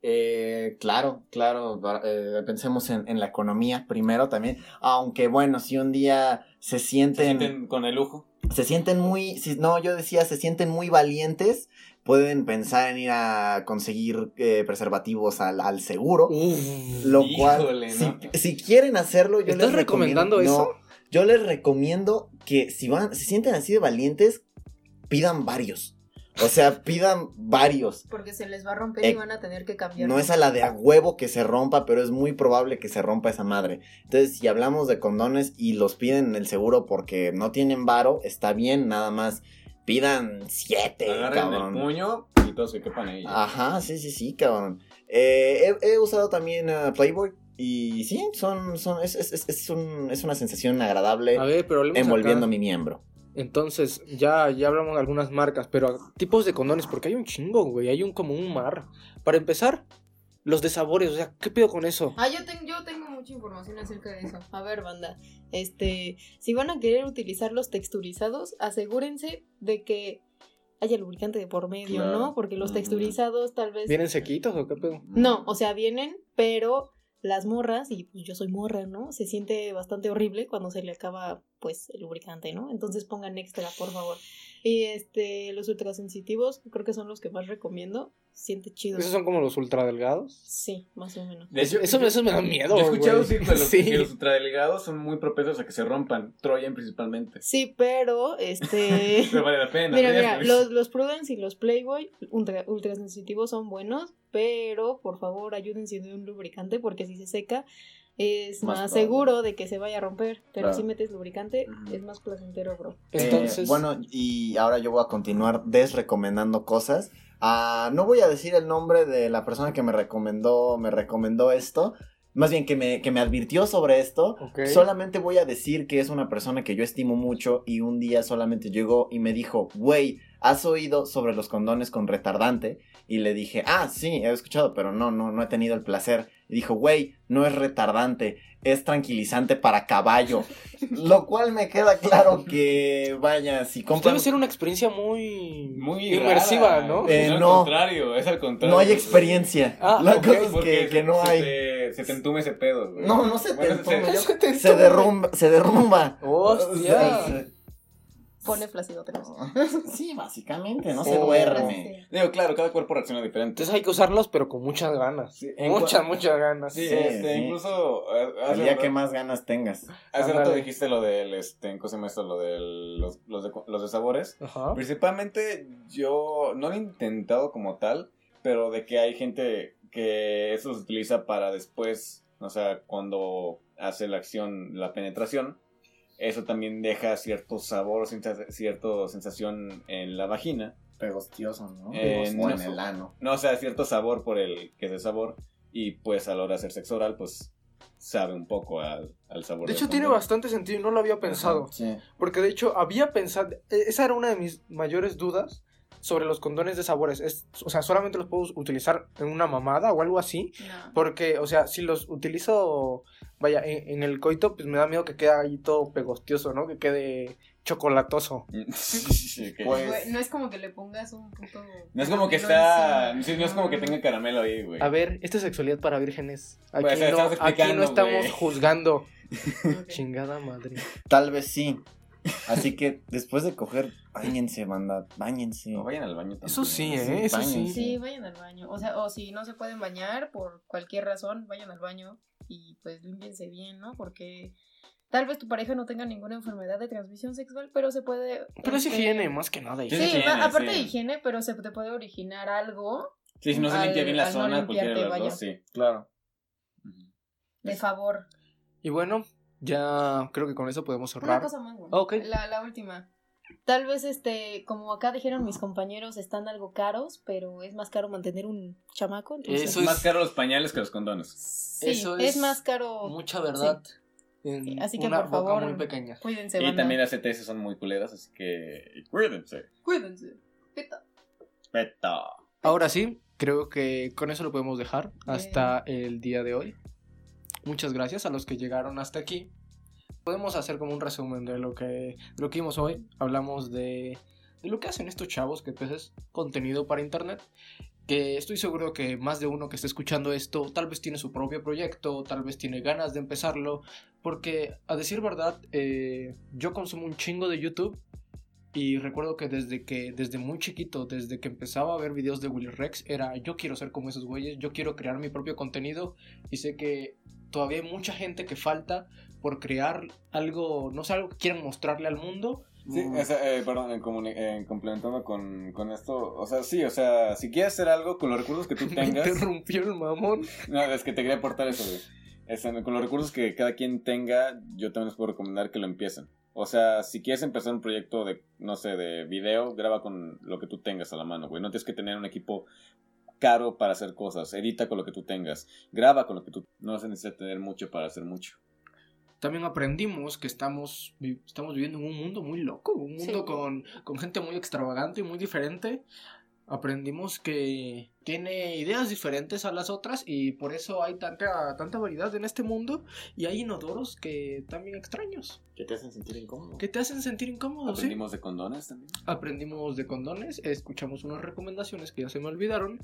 Speaker 4: Eh, claro, claro. eh, pensemos en, en la economía primero también. Aunque bueno, si un día se
Speaker 3: Se
Speaker 4: sienten,
Speaker 3: sienten con el lujo.
Speaker 4: se sienten muy, si, no, yo decía, se sienten muy valientes, pueden pensar en ir a conseguir eh, preservativos al, al seguro.
Speaker 6: Uf.
Speaker 4: Lo cual,
Speaker 3: Híjole,
Speaker 4: si,
Speaker 3: ¿no?
Speaker 4: si quieren hacerlo, yo
Speaker 6: ¿Estás
Speaker 4: les
Speaker 6: recomendando
Speaker 4: recomiendo-
Speaker 6: eso?
Speaker 4: No, yo les recomiendo que si van, se sienten así de valientes, pidan varios. O sea, pidan varios.
Speaker 5: Porque se les va a romper
Speaker 4: Eh,
Speaker 5: y van a tener que cambiar.
Speaker 4: No es a la de a huevo que se rompa, pero es muy probable que se rompa esa madre. Entonces, si hablamos de condones y los piden en el seguro porque no tienen varo, está bien, nada más pidan siete,
Speaker 3: Agarren
Speaker 4: cabrón.
Speaker 3: el puño y todos que quepan ahí.
Speaker 4: Ajá, sí, sí, sí, cabrón. Eh, he, he usado también uh, Playboy y sí, son, son, es, es, es, es un, es una sensación agradable
Speaker 6: A ver, pero hablemos
Speaker 4: envolviendo
Speaker 6: acá.
Speaker 4: mi miembro.
Speaker 6: Entonces, ya, ya hablamos de algunas marcas, pero tipos de condones, porque hay un chingo, güey, hay un como un mar. Para empezar, los de sabores, o sea, ¿qué pedo con eso?
Speaker 5: Ah, yo, ten- yo tengo mucha información acerca de eso. A ver, banda. Este, si van a querer utilizar los texturizados, asegúrense de que haya lubricante de por medio,
Speaker 3: Claro.
Speaker 5: ¿no? Porque los
Speaker 4: Ujú.
Speaker 5: texturizados tal vez...
Speaker 6: ¿Vienen sequitos o qué pedo?
Speaker 5: No, o sea, vienen, pero las morras, y pues yo soy morra, ¿no? Se siente bastante horrible cuando se le acaba, pues, el lubricante, ¿no? Entonces pongan extra, por favor. Y este, los ultrasensitivos, creo que son los que más recomiendo. Siente chido.
Speaker 6: ¿Esos son como los ultra delgados?
Speaker 5: Sí, más o menos.
Speaker 3: De
Speaker 6: Eso, eso, eso me da miedo,
Speaker 3: Yo he escuchado
Speaker 6: güey.
Speaker 3: decir que los,
Speaker 6: Sí.
Speaker 3: que los ultradelgados son muy propensos a que se rompan. Troyan principalmente.
Speaker 5: Sí, pero, este...
Speaker 3: Pero vale la pena.
Speaker 5: Mira,
Speaker 3: ¿eh?
Speaker 5: mira, los, los Prudence y los Playboy ultra, ultrasensitivos son buenos, pero por favor ayúdense de un lubricante porque si se seca es
Speaker 4: Más
Speaker 5: más,
Speaker 4: probable.
Speaker 5: seguro de que se vaya a romper. Pero
Speaker 4: Claro.
Speaker 5: si metes lubricante
Speaker 4: Ujú.
Speaker 5: es más placentero, bro.
Speaker 6: Entonces,
Speaker 4: Eh, bueno, y ahora yo voy a continuar desrecomendando cosas. Ah, no voy a decir el nombre de la persona que me recomendó, me recomendó esto. Más bien que me, que me advirtió sobre esto.
Speaker 6: ok.
Speaker 4: Solamente voy a decir que es una persona que yo estimo mucho y un día solamente llegó y me dijo, güey, ¿has oído sobre los condones con retardante? Y le dije, ah, sí, he escuchado, pero no, no, no he tenido el placer. Y dijo, güey, no es retardante, es tranquilizante para caballo. Lo cual me queda claro que, vaya, si compran...
Speaker 6: Debe ser una experiencia muy,
Speaker 3: Muy
Speaker 6: inmersiva,
Speaker 3: rara.
Speaker 6: ¿no?
Speaker 4: Eh,
Speaker 3: Es al
Speaker 4: no.
Speaker 3: contrario, es al contrario.
Speaker 4: No hay experiencia.
Speaker 6: Ah,
Speaker 4: La
Speaker 6: ok,
Speaker 4: cosa es
Speaker 3: Porque
Speaker 4: que, que no
Speaker 3: se
Speaker 4: hay...
Speaker 3: Te, se te entume ese pedo, güey.
Speaker 4: No, no se te
Speaker 3: Bueno,
Speaker 4: entume,
Speaker 3: se-
Speaker 4: yo-
Speaker 6: Se te
Speaker 4: Se
Speaker 6: entume.
Speaker 4: derrumba, se derrumba.
Speaker 6: Hostia.
Speaker 4: O sea,
Speaker 5: Pone flácido otra vez.
Speaker 4: sí, básicamente, no
Speaker 6: Oh.
Speaker 4: se duerme.
Speaker 3: Digo, claro, cada cuerpo reacciona diferente.
Speaker 6: Entonces hay que usarlos, pero con muchas ganas.
Speaker 3: Sí, en
Speaker 6: Muchas,
Speaker 3: cua-
Speaker 6: muchas ganas.
Speaker 3: Sí,
Speaker 4: Sí,
Speaker 3: este,
Speaker 4: sí.
Speaker 3: incluso eh, hace,
Speaker 4: El día
Speaker 3: rato,
Speaker 4: que más ganas tengas.
Speaker 3: hace rato
Speaker 6: Ándale.
Speaker 3: dijiste lo del, este, ¿cómo se llama esto? Lo de los, los, de, los de sabores.
Speaker 6: Ajá.
Speaker 3: Principalmente yo no lo he intentado como tal, pero de que hay gente que eso se utiliza para después, o sea, cuando hace la acción, la penetración, eso también deja cierto sabor, cierta cierta sensación en la vagina.
Speaker 4: Pegostioso, ¿no?
Speaker 3: Eh,
Speaker 4: o
Speaker 3: no.
Speaker 4: en el ano.
Speaker 3: No, o sea, cierto sabor por el que es el sabor. Y pues a la hora de hacer sexo oral, pues sabe un poco al, al sabor.
Speaker 6: De
Speaker 3: del
Speaker 6: hecho, tiene
Speaker 3: condón.
Speaker 6: bastante sentido, no lo había pensado.
Speaker 4: Sí.
Speaker 6: Porque de hecho, había pensado. eh, Esa era una de mis mayores dudas sobre los condones de sabores. Es, o sea, solamente los puedo utilizar en una mamada o algo así.
Speaker 5: No.
Speaker 6: Porque, o sea, si los utilizo, vaya, en, en el coito, pues me da miedo que quede ahí todo pegostioso, ¿no? Que quede chocolatoso.
Speaker 3: Sí, que-
Speaker 4: Pues-
Speaker 5: Güey, no es como que le pongas un puto.
Speaker 3: no es como que
Speaker 5: caramelo
Speaker 3: está.
Speaker 5: encima.
Speaker 3: Sí, no es como que tenga caramelo ahí, güey.
Speaker 6: A ver, esta es sexualidad para vírgenes. Aquí,
Speaker 3: Pues,
Speaker 6: no,
Speaker 3: estamos
Speaker 6: aquí no
Speaker 3: explicando,
Speaker 6: estamos
Speaker 3: güey.
Speaker 6: juzgando.
Speaker 5: Ok.
Speaker 6: Chingada madre.
Speaker 4: Tal vez sí. Así que después de coger, báñense, banda, báñense.
Speaker 3: No vayan al baño también.
Speaker 6: Eso sí, ¿eh?
Speaker 4: Sí,
Speaker 6: Eso sí.
Speaker 4: báñense.
Speaker 5: Sí, vayan al baño. O sea, o si no se pueden bañar por cualquier razón, vayan al baño y pues límpiense bien, ¿no? Porque tal vez tu pareja no tenga ninguna enfermedad de transmisión sexual, pero se puede.
Speaker 6: Pero es
Speaker 5: este,
Speaker 6: higiene, más que nada.
Speaker 5: Sí,
Speaker 3: Sí,
Speaker 6: higiene.
Speaker 3: higiene,
Speaker 5: va- aparte
Speaker 3: sí.
Speaker 5: de higiene, pero se te puede originar algo
Speaker 3: Sí, si no se
Speaker 5: al-
Speaker 3: limpia bien la
Speaker 5: al no
Speaker 3: zona, cualquiera de las
Speaker 5: limpiarte,
Speaker 3: dos, sí.
Speaker 6: Claro.
Speaker 5: de favor.
Speaker 6: Y bueno, ya creo que con eso podemos
Speaker 5: Una
Speaker 6: cerrar.
Speaker 5: cosa más, güey.
Speaker 6: Ok.
Speaker 5: La, la última. Tal vez, este, como acá dijeron mis compañeros, están algo caros, pero es más caro mantener un chamaco. Entonces,
Speaker 6: Eso
Speaker 3: Es
Speaker 6: es-
Speaker 3: más caro los pañales que los condones.
Speaker 5: sí,
Speaker 6: eso
Speaker 5: es,
Speaker 6: es
Speaker 5: más caro.
Speaker 6: Mucha verdad. En
Speaker 5: Sí, así que,
Speaker 6: una
Speaker 5: por
Speaker 6: boca
Speaker 5: favor,
Speaker 6: muy pequeña.
Speaker 5: Cuídense,
Speaker 3: Y
Speaker 5: banda.
Speaker 3: también las C T S son muy culeras, así que cuídense.
Speaker 5: Cuídense. Peta.
Speaker 3: Peta.
Speaker 6: Ahora sí, creo que con eso lo podemos dejar hasta el día de hoy. Muchas gracias a los que llegaron hasta aquí. Podemos hacer como un resumen de lo que, de lo que vimos hoy. Hablamos de, de lo que hacen estos chavos, que pues es contenido para internet. Que estoy seguro que más de uno que esté escuchando esto tal vez tiene su propio proyecto, tal vez tiene ganas de empezarlo. Porque a decir verdad, eh, yo consumo un chingo de YouTube. Y recuerdo que desde que, desde muy chiquito, desde que empezaba a ver videos de Willy Rex, era yo quiero ser como esos güeyes, yo quiero crear mi propio contenido. Y sé que todavía hay mucha gente que falta por crear algo, no sé, algo que quieran mostrarle al mundo.
Speaker 3: Sí, o sea, eh, perdón, en, comuni- en complementando con, con esto, o sea, sí, o sea, si quieres hacer algo con los recursos que tú
Speaker 6: Me
Speaker 3: tengas.
Speaker 6: interrumpió el mamón.
Speaker 3: No, es que te quería aportar eso, güey. Es, en- con los recursos que cada quien tenga, yo también les puedo recomendar que lo empiecen. O sea, si quieres empezar un proyecto de, no sé, de video, graba con lo que tú tengas a la mano, güey. No tienes que tener un equipo caro para hacer cosas. Edita con lo que tú tengas. Graba con lo que tú... No se necesita tener mucho para hacer mucho.
Speaker 6: También aprendimos que estamos, vi- estamos viviendo en un mundo muy loco, un mundo
Speaker 5: Sí.
Speaker 6: con, con gente muy extravagante y muy diferente. Aprendimos que tiene ideas diferentes a las otras y por eso hay tanta, tanta variedad en este mundo y hay inodoros que también extraños,
Speaker 4: Que te hacen sentir incómodo.
Speaker 6: que te hacen sentir incómodo. ¿sí?
Speaker 3: Aprendimos de condones también.
Speaker 6: Aprendimos de condones, escuchamos unas recomendaciones que ya se me olvidaron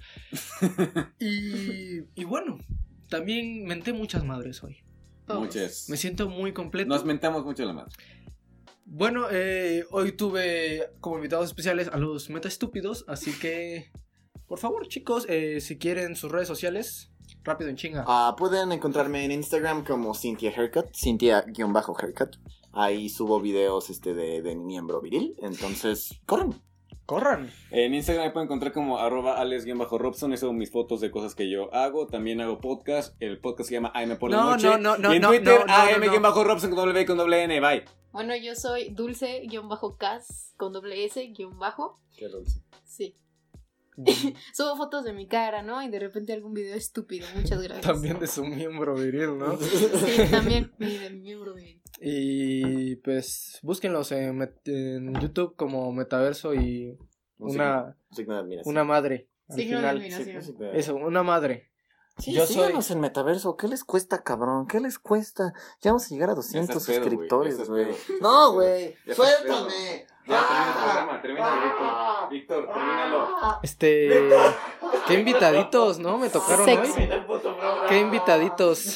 Speaker 6: y, y bueno, también menté muchas madres hoy.
Speaker 5: Todos.
Speaker 3: Muchas.
Speaker 6: Me siento muy completo.
Speaker 3: Nos mentamos mucho la madre.
Speaker 6: Bueno, eh, hoy tuve como invitados especiales a los meta estúpidos, así que por favor chicos, eh, si quieren sus redes sociales, rápido en chinga.
Speaker 4: Ah, pueden encontrarme en Instagram como Cynthia Haircut, Cynthia-Haircut. Ahí subo videos este, de, de mi miembro viril, entonces corran.
Speaker 6: Corran.
Speaker 3: En Instagram me pueden encontrar como arroba alex-robson. Eso son mis fotos de cosas que yo hago. También hago podcast. El podcast se llama A M por la
Speaker 6: No,
Speaker 3: noche.
Speaker 6: no, no, no,
Speaker 3: y en
Speaker 6: no,
Speaker 3: Twitter,
Speaker 6: no, no,
Speaker 3: A M
Speaker 6: no.
Speaker 3: robson con doble B con doble N. Bye.
Speaker 5: Bueno, yo soy dulce-cas con doble S guión bajo.
Speaker 3: Qué dulce.
Speaker 5: Sí. Subo fotos de mi cara, ¿no? Y de repente algún video estúpido. Muchas gracias.
Speaker 6: También de su miembro viril, ¿no?
Speaker 5: Sí, también. Y de mi miembro viril.
Speaker 6: Y pues búsquenlos en, met- en YouTube como Metaverso y
Speaker 4: Un
Speaker 1: una,
Speaker 4: signo- signo de admiración.
Speaker 1: una madre. Al
Speaker 5: Signo de
Speaker 1: final.
Speaker 5: admiración.
Speaker 4: Sí, un signo de-
Speaker 1: Eso, una madre.
Speaker 4: Sí,
Speaker 1: Yo soy-
Speaker 4: síganos en Metaverso. ¿Qué les cuesta, cabrón? ¿Qué les cuesta? Ya vamos a llegar a doscientos
Speaker 3: estás pedo, güey,
Speaker 4: suscriptores,
Speaker 3: ya estás
Speaker 4: güey.
Speaker 3: pedo.
Speaker 4: No, güey.
Speaker 3: Ya estás
Speaker 4: Suéltame.
Speaker 3: Ya, termina el programa, termina, Víctor. Víctor, termínalo.
Speaker 1: Este. Qué invitaditos, ¿no? Me tocaron
Speaker 5: Sexy.
Speaker 1: hoy. Qué invitaditos.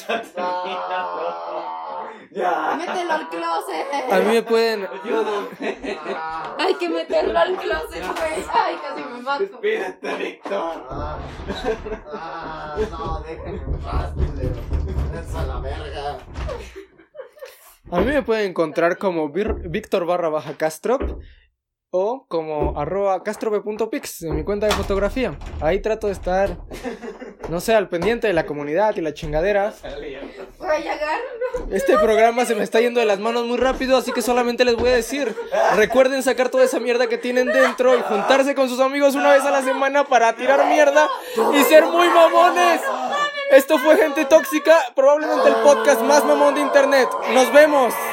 Speaker 4: Ya.
Speaker 5: Mételo al closet.
Speaker 1: A mí me pueden.
Speaker 5: Hay que meterlo al closet, güey. Ay, casi me mato.
Speaker 3: Despídete, Víctor.
Speaker 4: Ah, no, déjenme en paz, culero. Esa la verga.
Speaker 1: A mí me pueden encontrar como Vir- Víctor barra baja Castrop o como arroba castrob.pix en mi cuenta de fotografía. Ahí trato de estar, no sé, al pendiente de la comunidad y la chingadera.
Speaker 5: Güey, agarra.
Speaker 1: Este programa se me está yendo de las manos muy rápido, así que solamente les voy a decir, recuerden sacar toda esa mierda que tienen dentro y juntarse con sus amigos una vez a la semana para tirar mierda y ser muy mamones. Esto fue Gente Tóxica, probablemente el podcast más mamón de internet. Nos vemos.